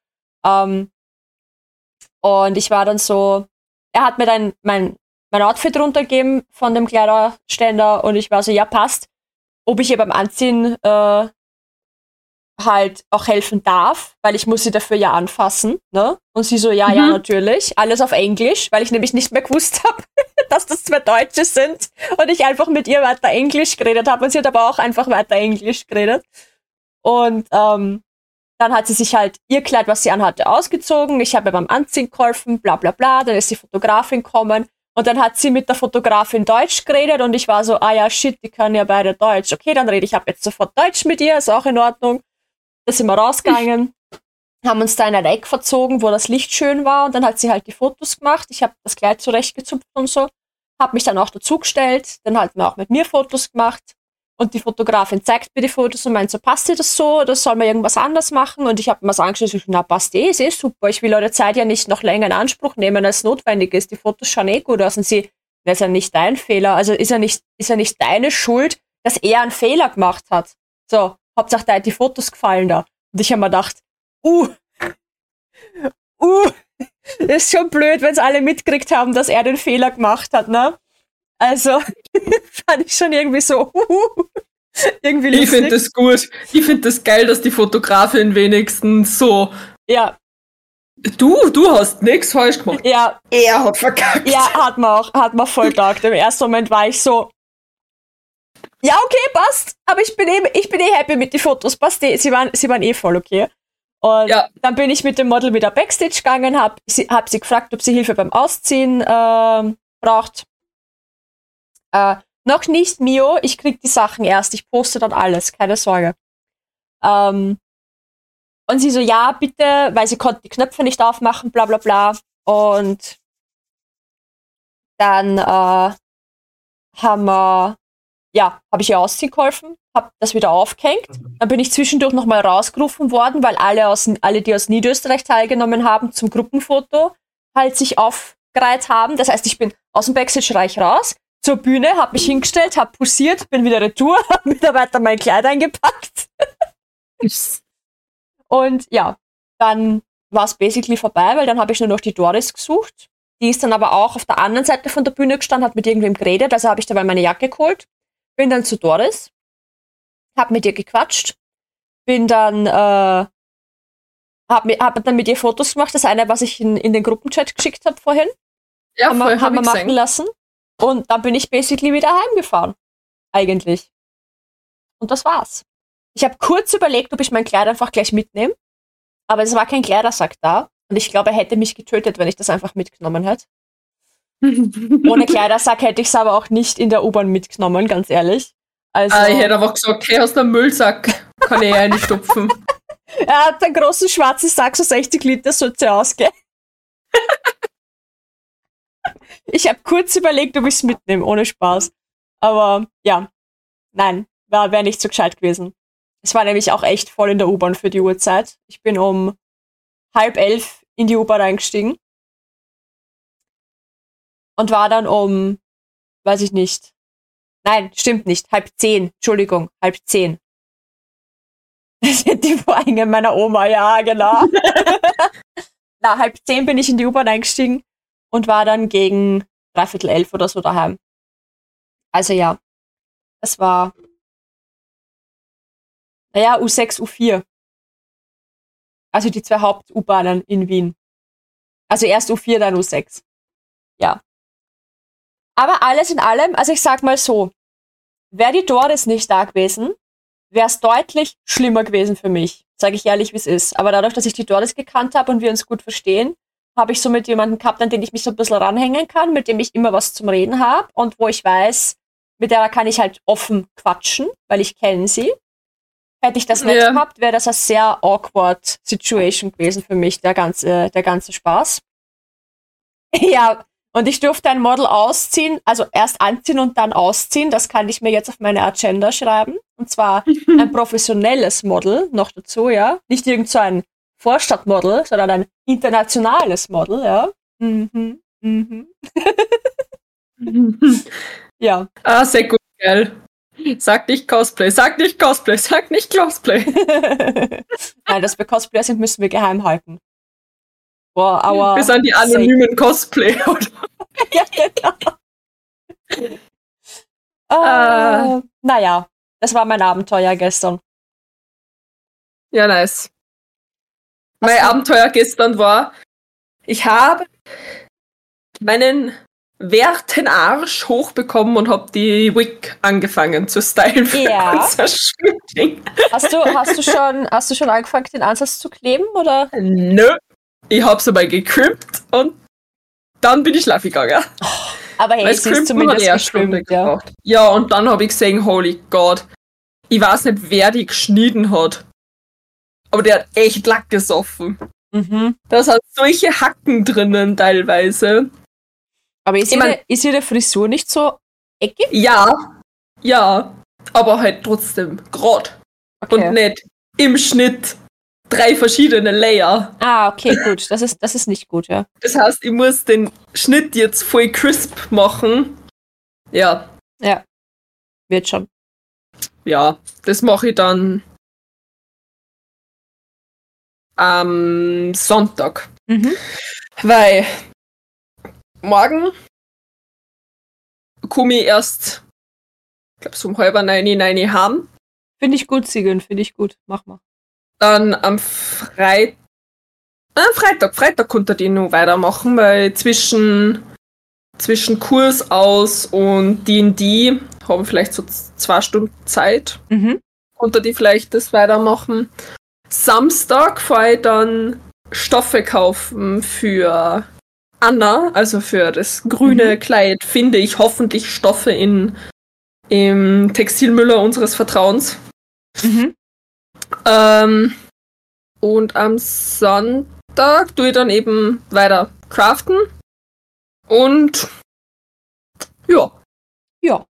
Und ich war dann so, er hat mir dann mein Outfit runtergegeben von dem Kleiderständer und ich war so, ja, passt. ob ich ihr beim Anziehen halt auch helfen darf, weil ich muss sie dafür ja anfassen, ne? Und sie so, ja, natürlich. Alles auf Englisch, weil ich nämlich nicht mehr gewusst habe, dass das zwei Deutsche sind und ich einfach mit ihr weiter Englisch geredet habe und sie hat aber auch einfach weiter Englisch geredet. Und dann hat sie sich halt ihr Kleid, was sie anhatte, ausgezogen. Ich habe ihr beim Anziehen geholfen, bla bla bla. Dann ist die Fotografin gekommen und dann hat sie mit der Fotografin Deutsch geredet und ich war so, ja, shit, die können ja beide Deutsch. Okay, dann rede ich ab jetzt sofort Deutsch mit ihr, ist auch in Ordnung. Da sind wir rausgegangen, haben uns da in ein Eck verzogen, wo das Licht schön war und dann hat sie halt die Fotos gemacht. Ich habe das Kleid zurechtgezupft und so, habe mich dann auch dazugestellt, dann hat man auch mit mir Fotos gemacht und die Fotografin zeigt mir die Fotos und meint so, passt dir das so oder soll man irgendwas anders machen? Und ich habe mir so angeschaut, ich so, na passt ist super, ich will eure Zeit ja nicht noch länger in Anspruch nehmen, als notwendig ist, die Fotos schauen gut aus und sie, das ist ja nicht dein Fehler, also ist ja nicht deine Schuld, dass er einen Fehler gemacht hat. So. Hauptsache, da hat die Fotos gefallen da. Und ich habe mir gedacht, das ist schon blöd, wenn es alle mitgekriegt haben, dass er den Fehler gemacht hat, ne? Also, fand ich schon irgendwie so, irgendwie lustig. Ich finde das gut. Ich finde das geil, dass die Fotografin wenigstens so, ja. Du hast nichts falsch gemacht. Ja. Er hat verkackt. Ja, hat man voll gedacht. Im ersten Moment war ich so, ja, okay, passt. Aber ich bin happy mit den Fotos. Passt sie waren eh voll okay. Und dann bin ich mit dem Model wieder Backstage gegangen, hab sie gefragt, ob sie Hilfe beim Ausziehen braucht. Noch nicht, Mio, ich krieg die Sachen erst. Ich poste dann alles, keine Sorge. Und sie so, ja, bitte, weil sie konnte die Knöpfe nicht aufmachen, bla bla bla. Und dann habe ich ihr ausziehen geholfen, habe das wieder aufgehängt. Dann bin ich zwischendurch nochmal rausgerufen worden, weil alle, die aus Niederösterreich teilgenommen haben, zum Gruppenfoto halt sich aufgereiht haben. Das heißt, ich bin aus dem Backstage-Bereich raus, zur Bühne, habe mich hingestellt, habe posiert, bin wieder retour, habe wieder weiter mein Kleid eingepackt. Und ja, dann war es basically vorbei, weil dann habe ich nur noch die Doris gesucht. Die ist dann aber auch auf der anderen Seite von der Bühne gestanden, hat mit irgendwem geredet, also habe ich dabei meine Jacke geholt. Bin dann zu Doris, hab mit ihr gequatscht, bin dann, hab dann mit ihr Fotos gemacht, das eine, was ich in den Gruppenchat geschickt habe vorhin, haben wir machen lassen und dann bin ich basically wieder heimgefahren, eigentlich. Und das war's. Ich habe kurz überlegt, ob ich mein Kleid einfach gleich mitnehme, aber es war kein Kleidersack da und ich glaube, er hätte mich getötet, wenn ich das einfach mitgenommen hätte. Ohne Kleidersack hätte ich es aber auch nicht in der U-Bahn mitgenommen, ganz ehrlich. Also, ich hätte einfach gesagt, hey, hast du einen Müllsack? Kann ich reinstopfen. Er hat einen großen schwarzen Sack, so 60 Liter sollte ausgehen. Ich habe kurz überlegt, ob ich es mitnehme, ohne Spaß. Aber ja, nein, wäre nicht so gescheit gewesen. Es war nämlich auch echt voll in der U-Bahn für die Uhrzeit. Ich bin um 10:30 in die U-Bahn eingestiegen. Und war dann um, weiß ich nicht. Nein, stimmt nicht. 9:30. Entschuldigung, 9:30. Das sind die Vorhänge meiner Oma, ja, genau. 9:30 bin ich in die U-Bahn eingestiegen und war dann gegen 10:45 oder so daheim. Also ja, es war, U6, U4. Also die zwei Haupt-U-Bahnen in Wien. Also erst U4, dann U6. Ja. Aber alles in allem, also ich sag mal so, wäre die Doris nicht da gewesen, wäre es deutlich schlimmer gewesen für mich. Sage ich ehrlich, wie es ist. Aber dadurch, dass ich die Doris gekannt habe und wir uns gut verstehen, habe ich somit jemanden gehabt, an den ich mich so ein bisschen ranhängen kann, mit dem ich immer was zum Reden habe und wo ich weiß, mit der kann ich halt offen quatschen, weil ich kenne sie. Hätte ich das nicht gehabt, wäre das eine sehr awkward Situation gewesen für mich, der ganze Spaß. Ja, und ich durfte ein Model ausziehen, also erst anziehen und dann ausziehen. Das kann ich mir jetzt auf meine Agenda schreiben. Und zwar ein professionelles Model noch dazu, ja. Nicht irgend so ein Vorstadtmodel, sondern ein internationales Model, ja. Ja. Ah, sehr gut, geil. Sag nicht Cosplay, sag nicht Cosplay, sag nicht Cosplay. Nein, dass wir Cosplayer sind, müssen wir geheim halten. Wir sind die anonymen Cosplayer, oder? Ja, genau. Naja, Das war mein Abenteuer gestern. Ja, nice. Mein Abenteuer gestern war, ich habe meinen werten Arsch hochbekommen und habe die Wig angefangen zu stylen für unser Shooting. Hast du schon angefangen, den Ansatz zu kleben, oder? Nö. Ich habe es aber gecrimpt und dann bin ich schlafen gegangen. Aber hey, es ist zumindest gecrimpt, ja. Ja, und dann habe ich gesehen, holy God, ich weiß nicht, wer die geschnitten hat. Aber der hat echt Lack gesoffen. Mhm. Da sind solche Hacken drinnen teilweise. Aber ist ihre Frisur nicht so eckig? Ja, aber halt trotzdem gerade. Okay. Und nicht im Schnitt 3 verschiedene Layer. Ah, okay, gut. Das ist nicht gut, ja. Das heißt, ich muss den Schnitt jetzt voll crisp machen. Ja. Ja. Wird schon. Ja, das mache ich dann am Sonntag. Mhm. Weil morgen komme ich erst, ich glaube, so um 8:30 heim. Finde ich gut, Siegen, finde ich gut. Mach mal. Dann am Freitag konnte ich noch weitermachen, weil zwischen Kurs aus und D&D haben vielleicht so 2 Stunden Zeit. Mhm. Konnte ich vielleicht das weitermachen. Samstag fahre ich dann Stoffe kaufen für Anna, also für das grüne Kleid, finde ich hoffentlich Stoffe im Textilmüller unseres Vertrauens. Mhm. Und am Sonntag tue ich dann eben weiter craften. Und ja. Ja.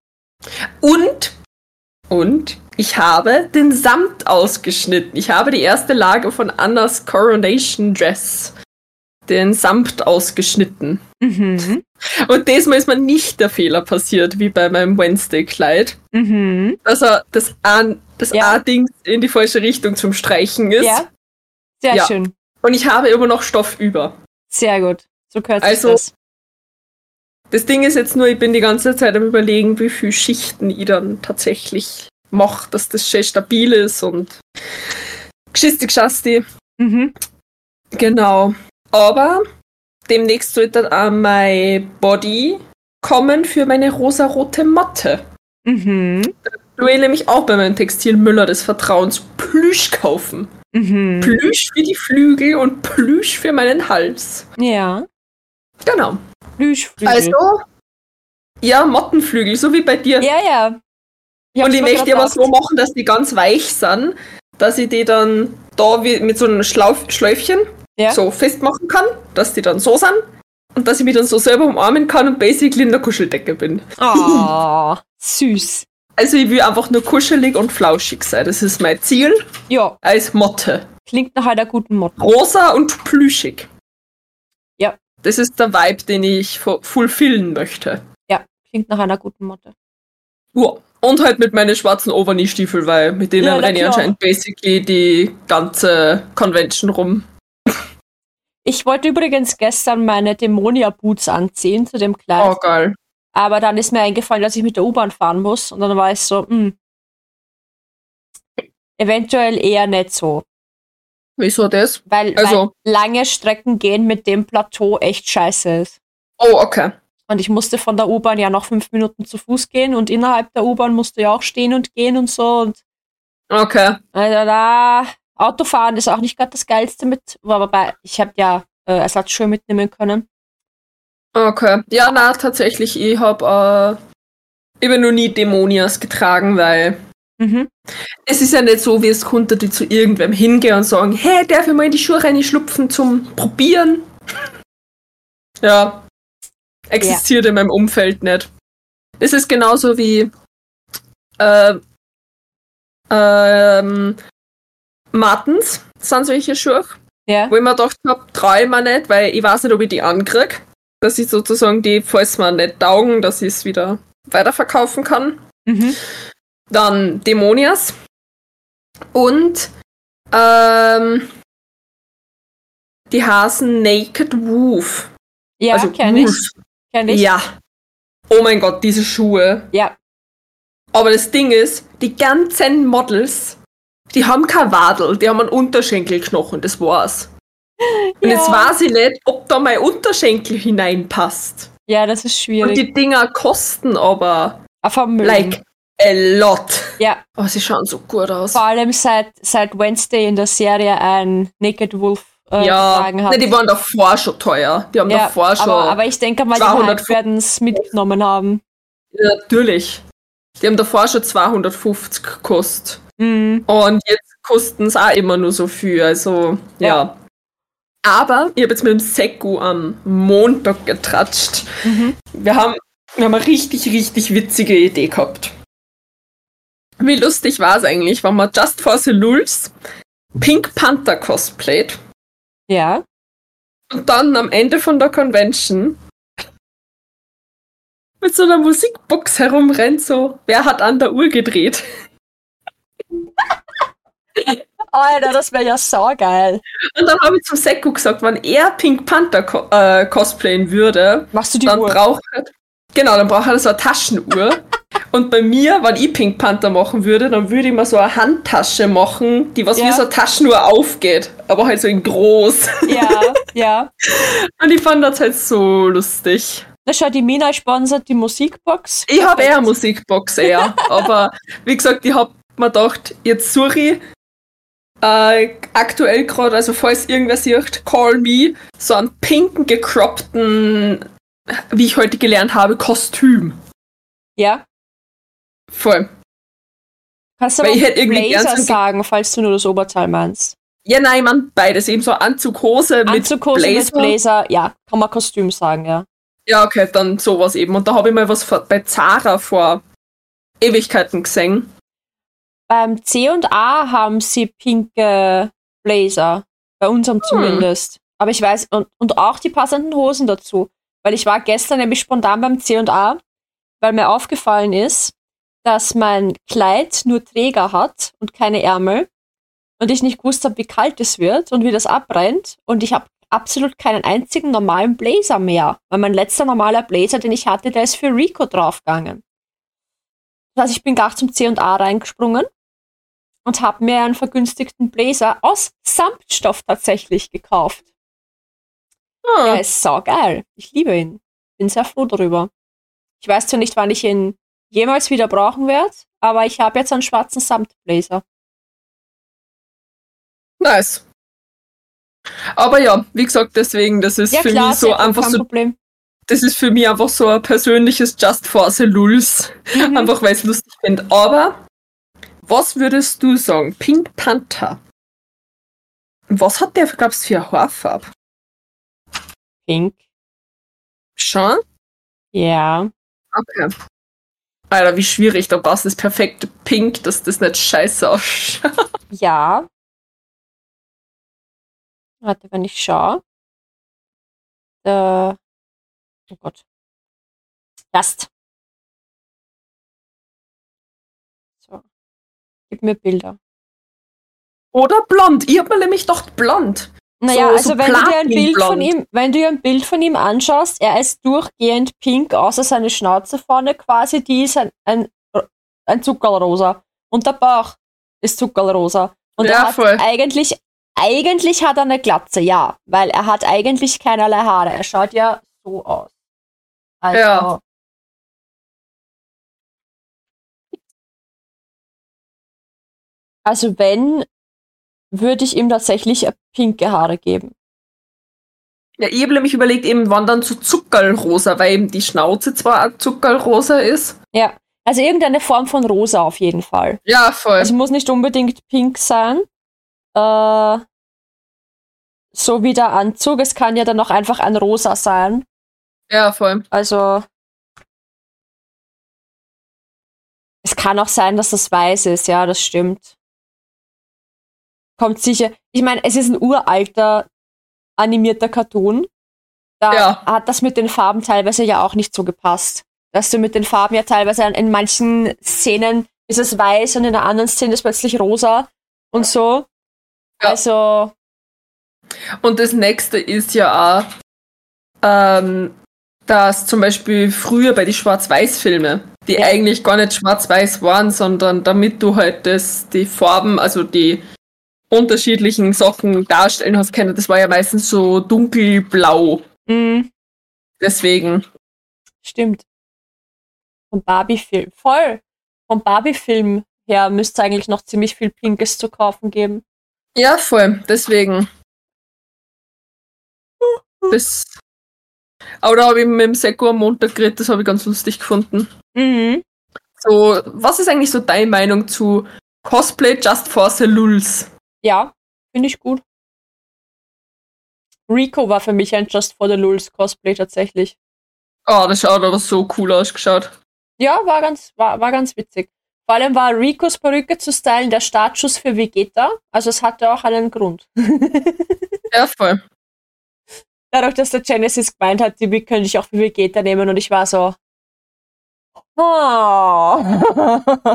Und ich habe den Samt ausgeschnitten. Ich habe die erste Lage von Annas Coronation Dress, den Samt ausgeschnitten. Mhm. Und diesmal ist mir nicht der Fehler passiert, wie bei meinem Wednesday-Kleid. Mhm. Also das A-Ding in die falsche Richtung zum Streichen ist. Ja. Sehr schön. Und ich habe immer noch Stoff über. Sehr gut. So gehört sich das. Das Ding ist jetzt nur, ich bin die ganze Zeit am Überlegen, wie viele Schichten ich dann tatsächlich mache, dass das schön stabil ist und geschasti. Mhm. Genau. Aber demnächst sollte dann auch mein Body kommen für meine rosarote Matte. Mhm. Da will ich nämlich auch bei meinem Textilmüller des Vertrauens Plüsch kaufen. Mhm. Plüsch für die Flügel und Plüsch für meinen Hals. Ja. Genau. Plüschflügel. Also, ja, Mottenflügel, so wie bei dir. Ja. Und ich möchte die aber so machen, dass die ganz weich sind, dass ich die dann da wie mit so einem Schläufchen so festmachen kann, dass die dann so sind und dass ich mich dann so selber umarmen kann und basically in der Kuscheldecke bin. Oh, süß. Also ich will einfach nur kuschelig und flauschig sein. Das ist mein Ziel. Ja. Als Motte. Klingt nach einer guten Motte. Rosa und plüschig. Ja. Das ist der Vibe, den ich fulfillen möchte. Ja, klingt nach einer guten Motte. Ja. Und halt mit meinen schwarzen Overknee-Stiefel, weil mit denen renne ich anscheinend basically die ganze Convention rum. Ich wollte übrigens gestern meine Dämonia-Boots anziehen zu dem Kleid. Oh, geil. Aber dann ist mir eingefallen, dass ich mit der U-Bahn fahren muss. Und dann war ich so, eventuell eher nicht so. Wieso das? Weil lange Strecken gehen mit dem Plateau echt scheiße ist. Oh, okay. Und ich musste von der U-Bahn ja noch 5 Minuten zu Fuß gehen und innerhalb der U-Bahn musste ja auch stehen und gehen und so. Und okay. Also Autofahren ist auch nicht gerade das Geilste mit, wobei ich habe ja Ersatzschuhe mitnehmen können. Okay. Ja, na, tatsächlich, ich habe noch nie Dämonias getragen, weil es ist ja nicht so, wie es Kunden, die zu irgendwem hingehen und sagen, hey, darf ich mal in die Schuhe reinschlupfen zum Probieren? Ja. Existiert in meinem Umfeld nicht. Es ist genauso wie Martens sind solche Schuhe, wo ich mir gedacht habe, traue ich mir nicht, weil ich weiß nicht, ob ich die ankriege. Dass ich sozusagen die, falls mir nicht taugen, dass ich es wieder weiterverkaufen kann. Mhm. Dann Dämonias. Und die heißen Naked Wolf. Ja, also kenn ich. Ja. Oh mein Gott, diese Schuhe. Ja. Aber das Ding ist, die ganzen Models, die haben kein Wadel, die haben einen Unterschenkelknochen, das war's. Und jetzt weiß ich nicht, ob da mein Unterschenkel hineinpasst. Ja, das ist schwierig. Und die Dinger kosten aber like a lot. Ja. Aber sie schauen so gut aus. Vor allem seit Wednesday in der Serie ein Naked Wolf getragen hat. Ne, die waren davor schon teuer. Die haben davor schon. Aber ich denke mal, die werden es mitgenommen haben. Ja, natürlich. Die haben davor schon 250 gekostet. Mhm. Und jetzt kosten es auch immer nur so viel. Also, ja. Aber ich habe jetzt mit dem Sekku am Montag getratscht. Mhm. Wir haben eine richtig, richtig witzige Idee gehabt. Wie lustig war es eigentlich, wenn man Just for the Lulz Pink Panther cosplayt. Ja. Und dann am Ende von der Convention mit so einer Musikbox herumrennt, so, wer hat an der Uhr gedreht? Alter, das wäre ja saugeil. Und dann habe ich zum Sekku gesagt, wenn er Pink Panther cosplayen würde, machst du die dann Uhr? dann braucht er so eine Taschenuhr. Und bei mir, wenn ich Pink Panther machen würde, dann würde ich mir so eine Handtasche machen, die wie so eine Taschenuhr aufgeht, aber halt so in groß. Ja. Und ich fand das halt so lustig. Na schau, die Mina sponsert die Musikbox. Ich habe eher eine Musikbox, aber wie gesagt, ich habe mir gedacht, jetzt suche ich aktuell gerade, also falls irgendwer sieht, call me, so einen pinken, gecroppten, wie ich heute gelernt habe, Kostüm. Ja. Voll. Kannst du aber Blazer sagen, falls du nur das Oberteil meinst? Ja, nein, ich meine beides. Eben so Anzughose mit Blazer. Ja, kann man Kostüm sagen, ja. Ja, okay, dann sowas eben. Und da habe ich mal was bei Zara vor Ewigkeiten gesehen. Beim C&A haben sie pinke Blazer. Bei unserem zumindest. Aber ich weiß, und auch die passenden Hosen dazu. Weil ich war gestern nämlich spontan beim C&A, weil mir aufgefallen ist, dass mein Kleid nur Träger hat und keine Ärmel. Und ich nicht gewusst habe, wie kalt es wird und wie das abbrennt. Und ich habe absolut keinen einzigen normalen Blazer mehr. Weil mein letzter normaler Blazer, den ich hatte, der ist für Rico draufgegangen. Das heißt, ich bin gleich zum C&A reingesprungen und habe mir einen vergünstigten Blazer aus Samtstoff tatsächlich gekauft. Der ist saugeil. Ich liebe ihn. Bin sehr froh darüber. Ich weiß zwar nicht, wann ich ihn jemals wieder brauchen werde, aber ich habe jetzt einen schwarzen Samtblazer. Nice. Aber ja, wie gesagt, deswegen, das ist für mich so einfach so. Problem. Das ist für mich einfach so ein persönliches Just for the Lulz. Einfach weil ich es lustig finde. Aber was würdest du sagen? Pink Panther. Was hat der, glaubst du, für eine Haarfarbe? Pink. Schon? Ja. Okay. Alter, wie schwierig. Da brauchst du das perfekte Pink, dass das nicht scheiße ausschaut. Ja. Warte, wenn ich schaue. Oh Gott. Last. So. Gib mir Bilder. Oder blond. Ich hab mir nämlich gedacht, blond. Naja, so, also wenn du dir ein Bild von ihm anschaust, er ist durchgehend pink, außer seine Schnauze vorne quasi, die ist ein Zuckerrosa. Und der Bauch ist Zuckerrosa. Und ja, er hat voll. Eigentlich hat er eine Glatze, ja, weil er hat eigentlich keinerlei Haare. Er schaut ja so aus. Also, ja. Also wenn, würde ich ihm tatsächlich pinke Haare geben. Ja, ich habe nämlich überlegt, eben wann dann so Zuckerrosa, weil eben die Schnauze zwar auch Zuckerrosa ist. Ja, also irgendeine Form von Rosa auf jeden Fall. Ja, voll. Es muss nicht unbedingt pink sein. So wie der Anzug. Es kann ja dann auch einfach ein Rosa sein. Ja, voll. Also es kann auch sein, dass das weiß ist. Ja, das stimmt. Kommt sicher. Ich meine, es ist ein uralter animierter Cartoon. Da hat das mit den Farben teilweise ja auch nicht so gepasst. Dass du mit den Farben ja teilweise in manchen Szenen ist es weiß und in der anderen Szene ist es plötzlich rosa und so. Ja. Also. Und das nächste ist ja auch, dass zum Beispiel früher bei den Schwarz-Weiß-Filmen, die eigentlich gar nicht schwarz-weiß waren, sondern damit du halt die Farben, also die unterschiedlichen Sachen darstellen hast können. Das war ja meistens so dunkelblau. Deswegen. Stimmt. Vom Barbie-Film. Voll. Vom Barbie-Film her müsste es eigentlich noch ziemlich viel Pinkes zu kaufen geben. Ja, voll. Deswegen. Aber da habe ich mit dem Seko am Montag geredet, das habe ich ganz lustig gefunden. So, was ist eigentlich so deine Meinung zu Cosplay just for the lulz? Ja, finde ich gut. Rico war für mich ein Just for the Lulz Cosplay tatsächlich. Oh, das schaut aber so cool ausgeschaut. Ja, war ganz witzig. Vor allem war Ricos Perücke zu stylen der Startschuss für Vegeta. Also es hatte auch einen Grund. Ja, voll. Dadurch, dass der Genesis gemeint hat, die könnte ich auch für Vegeta nehmen und ich war so. Oh.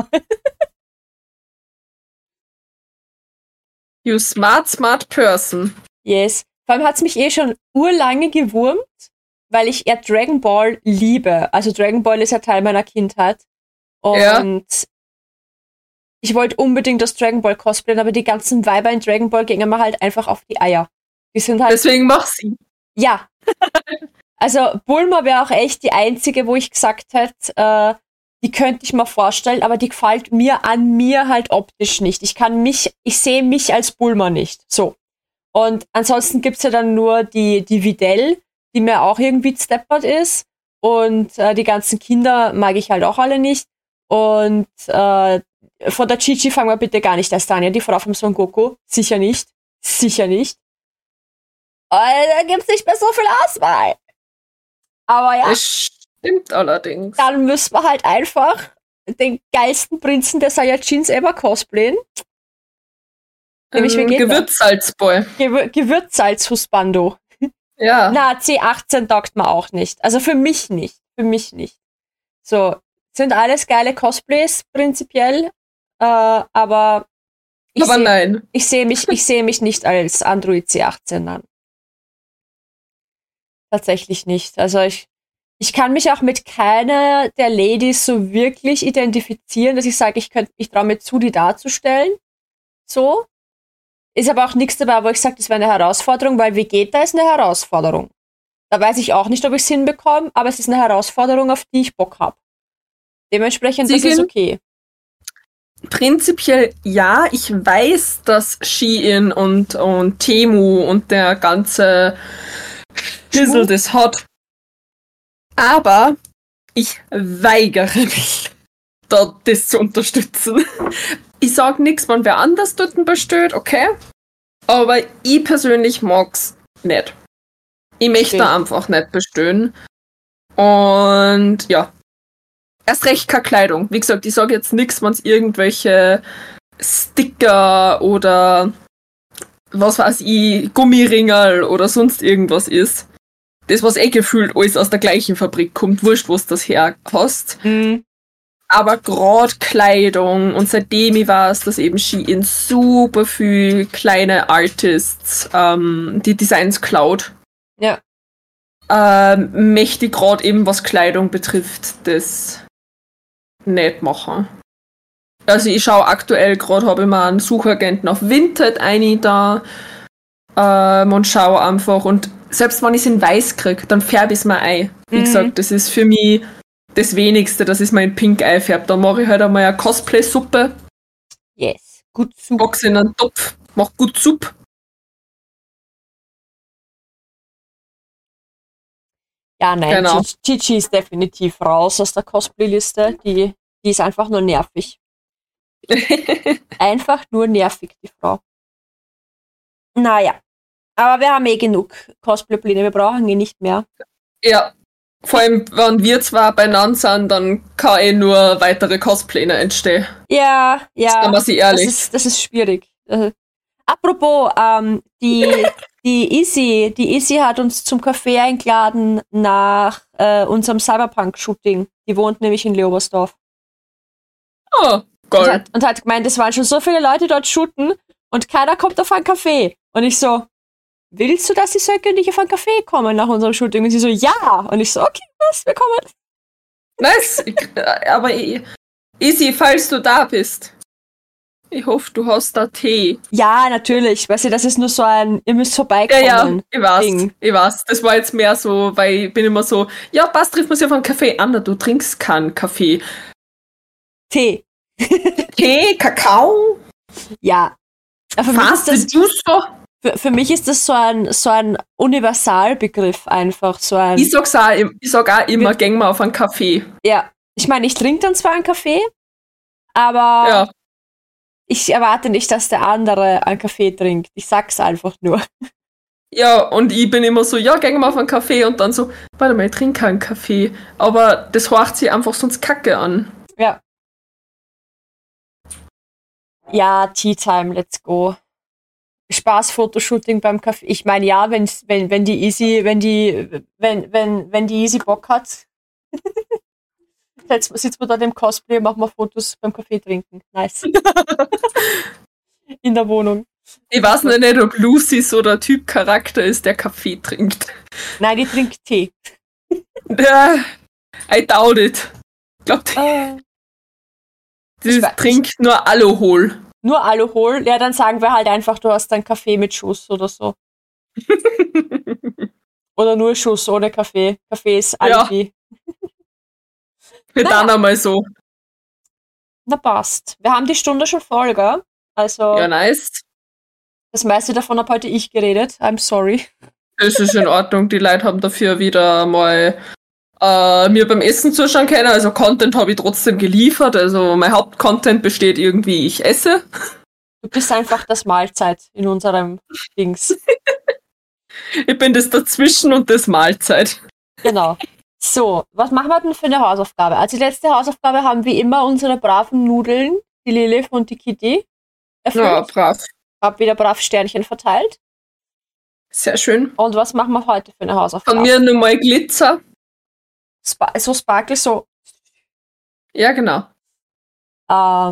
You smart person. Yes. Vor allem hat es mich schon urlange gewurmt, weil ich eher Dragon Ball liebe. Also Dragon Ball ist ja Teil meiner Kindheit. Und ich wollte unbedingt das Dragon Ball cosplayen, aber die ganzen Weiber in Dragon Ball gingen mir halt einfach auf die Eier. Die sind halt. Deswegen mach sie. Ja. Also Bulma wäre auch echt die einzige, wo ich gesagt hätte, die könnte ich mir vorstellen, aber die gefällt mir an mir halt optisch nicht. Ich sehe mich als Bulma nicht. So. Und ansonsten gibt's ja dann nur die Videl, die mir auch irgendwie steppert ist. Und die ganzen Kinder mag ich halt auch alle nicht. Und von der Chi-Chi fangen wir bitte gar nicht erst an. Ja? Die Frau vom Son Goku, sicher nicht. Sicher nicht. Da gibt's nicht mehr so viel Auswahl. Aber ja. Das stimmt allerdings. Dann müssen wir halt einfach den geilsten Prinzen der Saiyajins ever cosplayen. Nämlich Gewürzsalzboy. Gewürzsalzhusbando. Ja. Na, C18 taugt man auch nicht. Also für mich nicht. Für mich nicht. So, sind alles geile Cosplays prinzipiell, aber nein. Ich sehe mich nicht als Android C18 an. Tatsächlich nicht. Also ich kann mich auch mit keiner der Ladies so wirklich identifizieren, dass ich sage, ich traue mir zu, die darzustellen. So. Ist aber auch nichts dabei, wo ich sage, das wäre eine Herausforderung, weil Vegeta ist eine Herausforderung. Da weiß ich auch nicht, ob ich es hinbekomme, aber es ist eine Herausforderung, auf die ich Bock habe. Dementsprechend ist es okay. Prinzipiell ja, ich weiß, dass Shein und Temu und der ganze Schissel das hat. Aber ich weigere mich, das zu unterstützen. Ich sag nichts, wenn wer anders dort bestellt, okay? Aber ich persönlich mag's nicht. Ich möchte einfach nicht bestellen. Und ja. Erst recht keine Kleidung. Wie gesagt, ich sage jetzt nichts, wenn es irgendwelche Sticker oder was weiß ich, Gummiringerl oder sonst irgendwas ist. Das, was gefühlt alles aus der gleichen Fabrik kommt, wurscht, was das her hast. Aber gerade Kleidung, und seitdem ich weiß, dass eben Shein super viel kleine Artists die Designs klaut. Ja. Möchte ich gerade eben, was Kleidung betrifft, das nicht machen. Also ich schaue aktuell gerade, habe ich mal einen Suchagenten auf Vinted ein da und schaue einfach, und selbst wenn ich es in weiß kriege, dann färbe ich es mir ein. Wie gesagt, das ist für mich das Wenigste, dass ich es mir in pink einfärbe. Dann mache ich halt einmal eine Cosplay-Suppe. Yes, gut Suppe. Box in einen Topf, mach gut Suppe. Ja, nein, genau. Chi-Chi ist definitiv raus aus der Cosplay-Liste. Die ist einfach nur nervig. Einfach nur nervig, die Frau. Naja, aber wir haben genug Cosplay-Pläne, wir brauchen nicht mehr. Ja, vor allem, wenn wir zwar beieinander sind, dann kann nur weitere Cosplays entstehen. Ja. Sagen wir sie ehrlich. Das ist schwierig. Apropos, die Izzy hat uns zum Café eingeladen nach unserem Cyberpunk-Shooting. Die wohnt nämlich in Leobersdorf. Oh, geil. Und hat gemeint, es waren schon so viele Leute dort shooten und keiner kommt auf ein Café. Und ich so, willst du, dass die Söcke nicht auf ein Café kommen nach unserem Shooting? Und sie so, ja. Und ich so, okay, was, wir kommen. Nice. Aber Easy, falls du da bist. Ich hoffe, du hast da Tee. Ja, natürlich. Weißt du, das ist nur so ein, ihr müsst vorbeikommen. Ja, ich weiß. Das war jetzt mehr so, weil ich bin immer so, ja, passt, trifft man sich auf einen Kaffee. Anna, du trinkst keinen Kaffee. Tee. Tee, Kakao? Ja. Aber für mich ist das so ein Universalbegriff einfach. So ein, ich sag auch immer, gehen wir auf einen Kaffee. Ja. Ich meine, ich trinke dann zwar einen Kaffee, aber ja. Ich erwarte nicht, dass der andere einen Kaffee trinkt. Ich sag's einfach nur. Ja, und ich bin immer so, ja, gehen wir auf einen Kaffee und dann so, warte mal, ich trinke keinen Kaffee. Aber das horcht sich einfach sonst kacke an. Ja. Ja, Tea Time, let's go. Spaß-Fotoshooting beim Kaffee. Ich meine, ja, wenn die Easy Bock hat. Jetzt sitzen wir da im Cosplay und machen wir Fotos beim Kaffee trinken. Nice. In der Wohnung. Ich weiß noch nicht, ob Lucy so der Typ Charakter ist, der Kaffee trinkt. Nein, die trinkt Tee. I doubt it. Ich glaube, die trinkt nur Alkohol. Nur Alkohol? Ja, dann sagen wir halt einfach, du hast einen Kaffee mit Schuss oder so. Oder nur Schuss ohne Kaffee. Kaffee ist Alibi. Ja. Dann einmal so. Na passt. Wir haben die Stunde schon voll, gell? Also. Ja, nice. Das meiste davon habe heute ich geredet. I'm sorry. Das ist in Ordnung. Die Leute haben dafür wieder mal mir beim Essen zuschauen können. Also Content habe ich trotzdem geliefert. Also mein Hauptcontent besteht irgendwie, ich esse. Du bist einfach das Mahlzeit in unserem Dings. Ich bin das Dazwischen und das Mahlzeit. Genau. So, was machen wir denn für eine Hausaufgabe? Also die letzte Hausaufgabe haben wie immer unsere braven Nudeln, die Lilith und die Kitty, erfüllt. Ja, brav. Hab wieder brav Sternchen verteilt. Sehr schön. Und was machen wir heute für eine Hausaufgabe? Von mir nur mal Glitzer. So Sparkle, so. Ja, genau. Ja,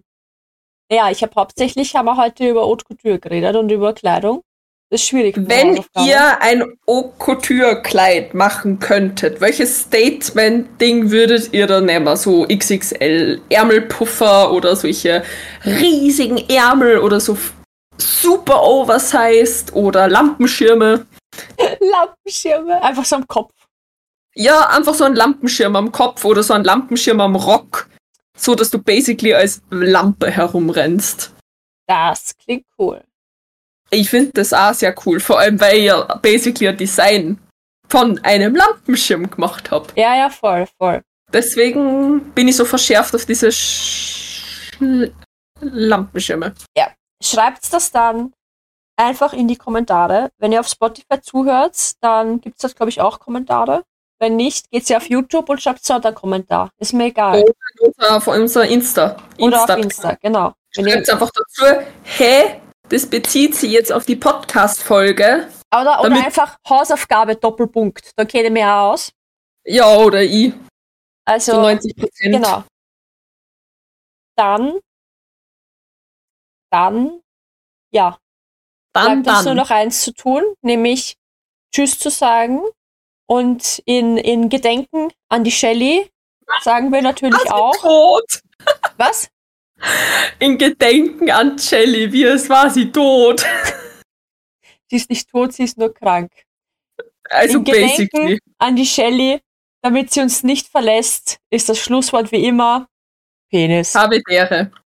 haben wir heute über Haute Couture geredet und über Kleidung. Das ist schwierig. Wenn ihr ein Haute Couture-Kleid machen könntet, welches Statement-Ding würdet ihr dann nehmen? So XXL Ärmelpuffer oder solche riesigen Ärmel oder so super oversized oder Lampenschirme? Lampenschirme? Einfach so am Kopf. Ja, einfach so ein Lampenschirm am Kopf oder so ein Lampenschirm am Rock. So, dass du basically als Lampe herumrennst. Das klingt cool. Ich finde das auch sehr cool, vor allem weil ich ja basically ein Design von einem Lampenschirm gemacht habe. Ja, voll. Deswegen bin ich so verschärft auf diese Lampenschirme. Ja, schreibt das dann einfach in die Kommentare. Wenn ihr auf Spotify zuhört, dann gibt es das, glaube ich, auch Kommentare. Wenn nicht, geht ihr auf YouTube und schreibt so einen Kommentar. Ist mir egal. Oder auf unser Insta. Oder auf Insta, genau. Schreibt einfach dazu, das bezieht sich jetzt auf die Podcast-Folge. Oder einfach Hausaufgabe Doppelpunkt. Da kennt ihr mir auch aus. Ja, oder ich. Also, so 90%. Genau. Dann bleibt uns nur noch eins zu tun, nämlich Tschüss zu sagen. Und in Gedenken an die Shelley sagen wir natürlich auch. Tot. Was? In Gedenken an Shelley, wie es war sie tot. Sie ist nicht tot, sie ist nur krank. Also in Gedenken an die Shelley, damit sie uns nicht verlässt, ist das Schlusswort wie immer Penis. Habe Ehre.